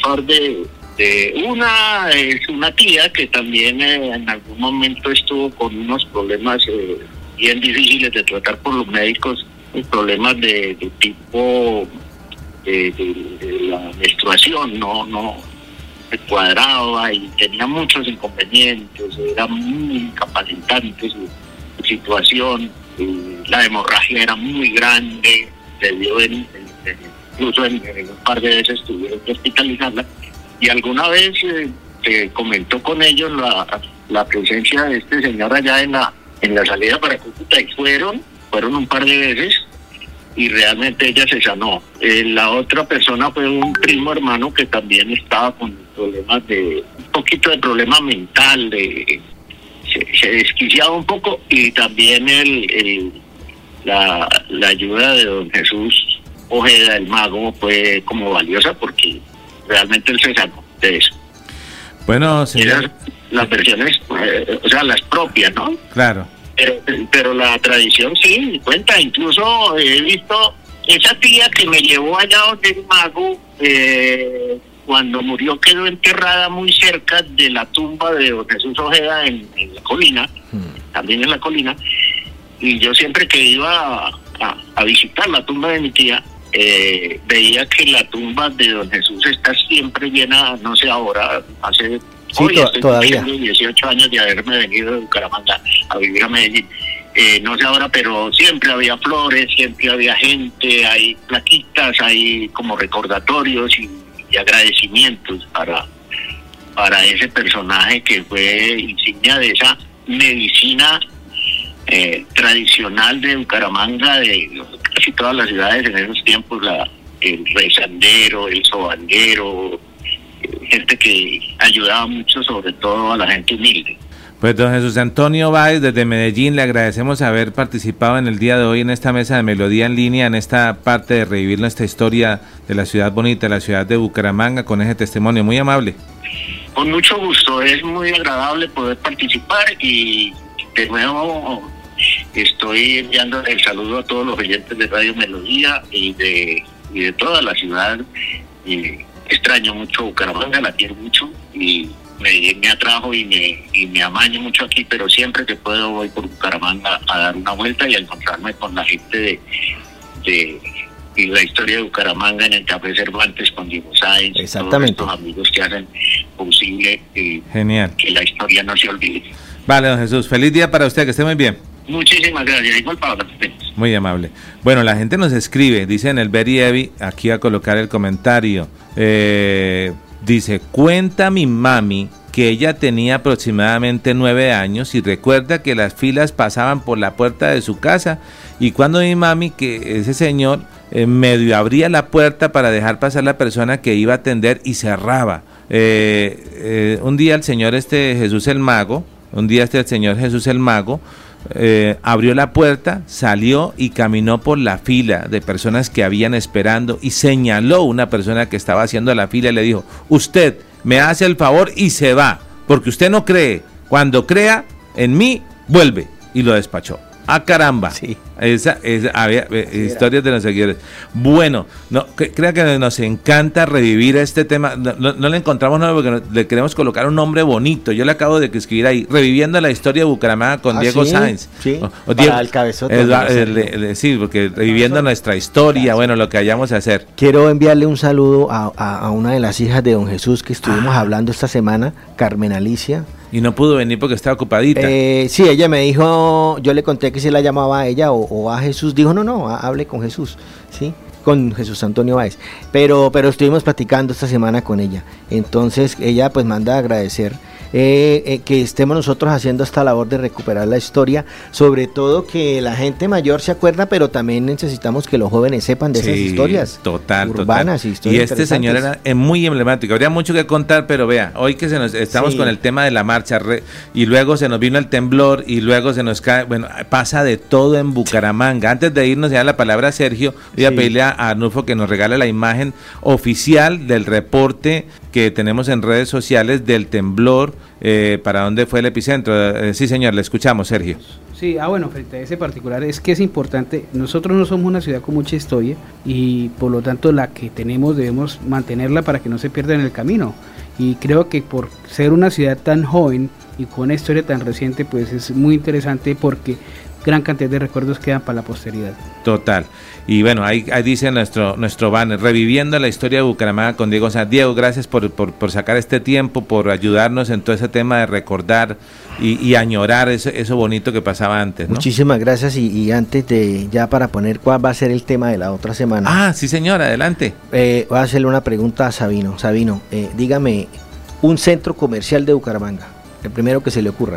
es una tía que también en algún momento estuvo con unos problemas bien difíciles de tratar por los médicos, problemas de tipo de la menstruación, no se cuadraba y tenía muchos inconvenientes, era muy incapacitante su situación, la hemorragia era muy grande, se dio incluso en un par de veces tuvieron que hospitalizarla, y alguna vez se comentó con ellos la presencia de este señor allá en la salida para Cúcuta, y fueron un par de veces y realmente ella se sanó. La otra persona fue un primo hermano que también estaba con problemas un poquito de problema mental, se desquiciaba un poco, y también la ayuda de don Jesús Ojeda, el mago, fue como valiosa porque realmente él se sanó de eso. Bueno, señor. Las versiones, o sea, las propias, ¿no? Claro. Pero la tradición sí cuenta. Incluso he visto esa tía que me llevó allá donde el mago, cuando murió quedó enterrada muy cerca de la tumba de don Jesús Ojeda en la colina, también en la colina, y yo siempre que iba a visitar la tumba de mi tía, veía que la tumba de don Jesús está siempre llena, no sé ahora, hace... Sí, todavía. 18 años de haberme venido de Bucaramanga a vivir a Medellín. No sé ahora, pero siempre había flores, siempre había gente, hay plaquitas, hay como recordatorios y agradecimientos para ese personaje que fue insignia de esa medicina tradicional de Bucaramanga, de casi todas las ciudades en esos tiempos, el rezandero, el sobanguero, gente que ayudaba mucho, sobre todo a la gente humilde. Pues don Jesús Antonio Báez, desde Medellín, le agradecemos haber participado en el día de hoy en esta mesa de Melodía en Línea, en esta parte de revivir nuestra historia de la ciudad bonita, la ciudad de Bucaramanga, con ese testimonio muy amable. Con mucho gusto, es muy agradable poder participar, y de nuevo estoy enviando el saludo a todos los oyentes de Radio Melodía y de toda la ciudad. Extraño mucho Bucaramanga, la quiero mucho y me atrajo y me amaño mucho aquí, pero siempre que puedo voy por Bucaramanga a dar una vuelta y a encontrarme con la gente de la historia de Bucaramanga en el Café Cervantes con Diego Sáenz. Exactamente. Todos estos amigos que hacen posible Genial. Que la historia no se olvide. Vale, don Jesús, feliz día para usted, que esté muy bien. Muchísimas gracias, igual para ustedes. Muy amable. Bueno, la gente nos escribe, dice en el Very Evi, aquí a colocar el comentario, dice, cuenta mi mami que ella tenía aproximadamente 9 años y recuerda que las filas pasaban por la puerta de su casa, y cuando mi mami, que ese señor medio abría la puerta para dejar pasar la persona que iba a atender y cerraba. Un día el señor Jesús el Mago, abrió la puerta, salió y caminó por la fila de personas que habían esperando y señaló una persona que estaba haciendo la fila y le dijo, usted me hace el favor y se va, porque usted no cree, cuando crea en mí, vuelve, y lo despachó. ¡Ah, caramba! Sí. Había historias de los seguidores. Bueno, crea que nos encanta revivir este tema. No le encontramos nada porque le queremos colocar un nombre bonito. Yo le acabo de escribir ahí, reviviendo la historia de Bucaramanga con Diego Sáenz. Sí, o Diego, el cabezote. Sí, porque reviviendo nuestra historia, bueno, lo que hayamos a hacer. Quiero enviarle un saludo a una de las hijas de don Jesús que estuvimos hablando esta semana, Carmen Alicia. Y no pudo venir porque estaba ocupadita. Sí, ella me dijo, yo le conté que si la llamaba a ella o a Jesús, dijo no, hable con Jesús, ¿sí? con Jesús Antonio Báez, pero estuvimos platicando esta semana con ella. Entonces ella pues manda a agradecer que estemos nosotros haciendo esta labor de recuperar la historia, sobre todo que la gente mayor se acuerda, pero también necesitamos que los jóvenes sepan de esas historias urbanas. Y este señor era muy emblemático, habría mucho que contar, pero vea, hoy que estamos con el tema de la marcha y luego se nos vino el temblor y luego se nos cae, bueno, pasa de todo en Bucaramanga. Antes de irnos, ya la palabra a Sergio, voy a pedirle a Arnulfo que nos regale la imagen oficial del reporte que tenemos en redes sociales del temblor, para dónde fue el epicentro. Sí, señor, le escuchamos, Sergio. Sí, bueno, frente a ese particular es que es importante, nosotros no somos una ciudad con mucha historia y por lo tanto la que tenemos debemos mantenerla para que no se pierda en el camino, y creo que por ser una ciudad tan joven y con una historia tan reciente, pues es muy interesante porque gran cantidad de recuerdos quedan para la posteridad. Total. Y bueno, ahí dice nuestro banner, reviviendo la historia de Bucaramanga con Diego. O sea, Diego, gracias por sacar este tiempo, por ayudarnos en todo ese tema de recordar y añorar eso bonito que pasaba antes, ¿no? Muchísimas gracias, y antes de ya para poner cuál va a ser el tema de la otra semana. Ah, sí señor, adelante. Voy a hacerle una pregunta a Sabino. Sabino, dígame, un centro comercial de Bucaramanga, el primero que se le ocurra.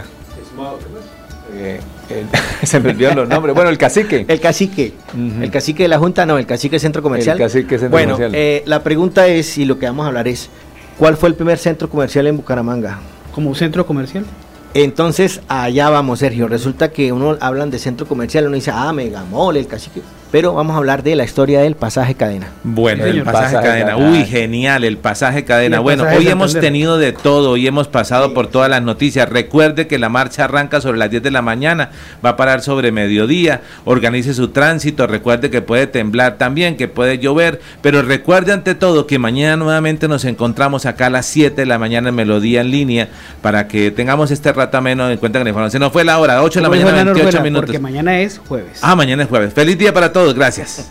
Se me olvidaron los nombres. Bueno, el Cacique. El Cacique. Uh-huh. El Cacique de la Junta, no, el Cacique Centro Comercial. El Cacique Centro Comercial. La pregunta es, y lo que vamos a hablar es, ¿cuál fue el primer centro comercial en Bucaramanga? ¿Como centro comercial? Entonces, allá vamos, Sergio. Resulta que uno hablan de centro comercial, uno dice, Megamol, el Cacique. Pero vamos a hablar de la historia del pasaje cadena. Bueno, el pasaje cadena. Uy, genial, el pasaje cadena. Bueno, hoy hemos tenido de todo, hoy hemos pasado por todas las noticias. Recuerde que la marcha arranca sobre las 10 de la mañana, va a parar sobre mediodía. Organice su tránsito, recuerde que puede temblar también, que puede llover, pero recuerde ante todo que mañana nuevamente nos encontramos acá a las 7 de la mañana en Melodía en Línea, para que tengamos este rato ameno en cuenta que la información no fue la hora, 8 de la mañana, 28 minutos. Porque mañana es jueves. Mañana es jueves. Feliz día para todos, gracias.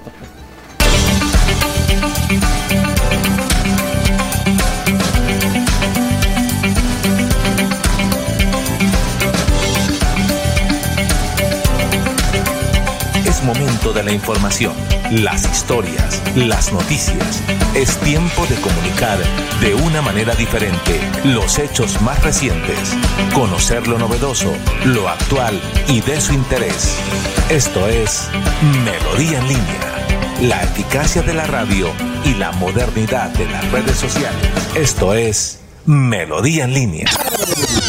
Es momento de la información, las historias, las noticias. Es tiempo de comunicar de una manera diferente los hechos más recientes, conocer lo novedoso, lo actual y de su interés. Esto es Melodía en Línea, la eficacia de la radio y la modernidad de las redes sociales. Esto es Melodía en Línea.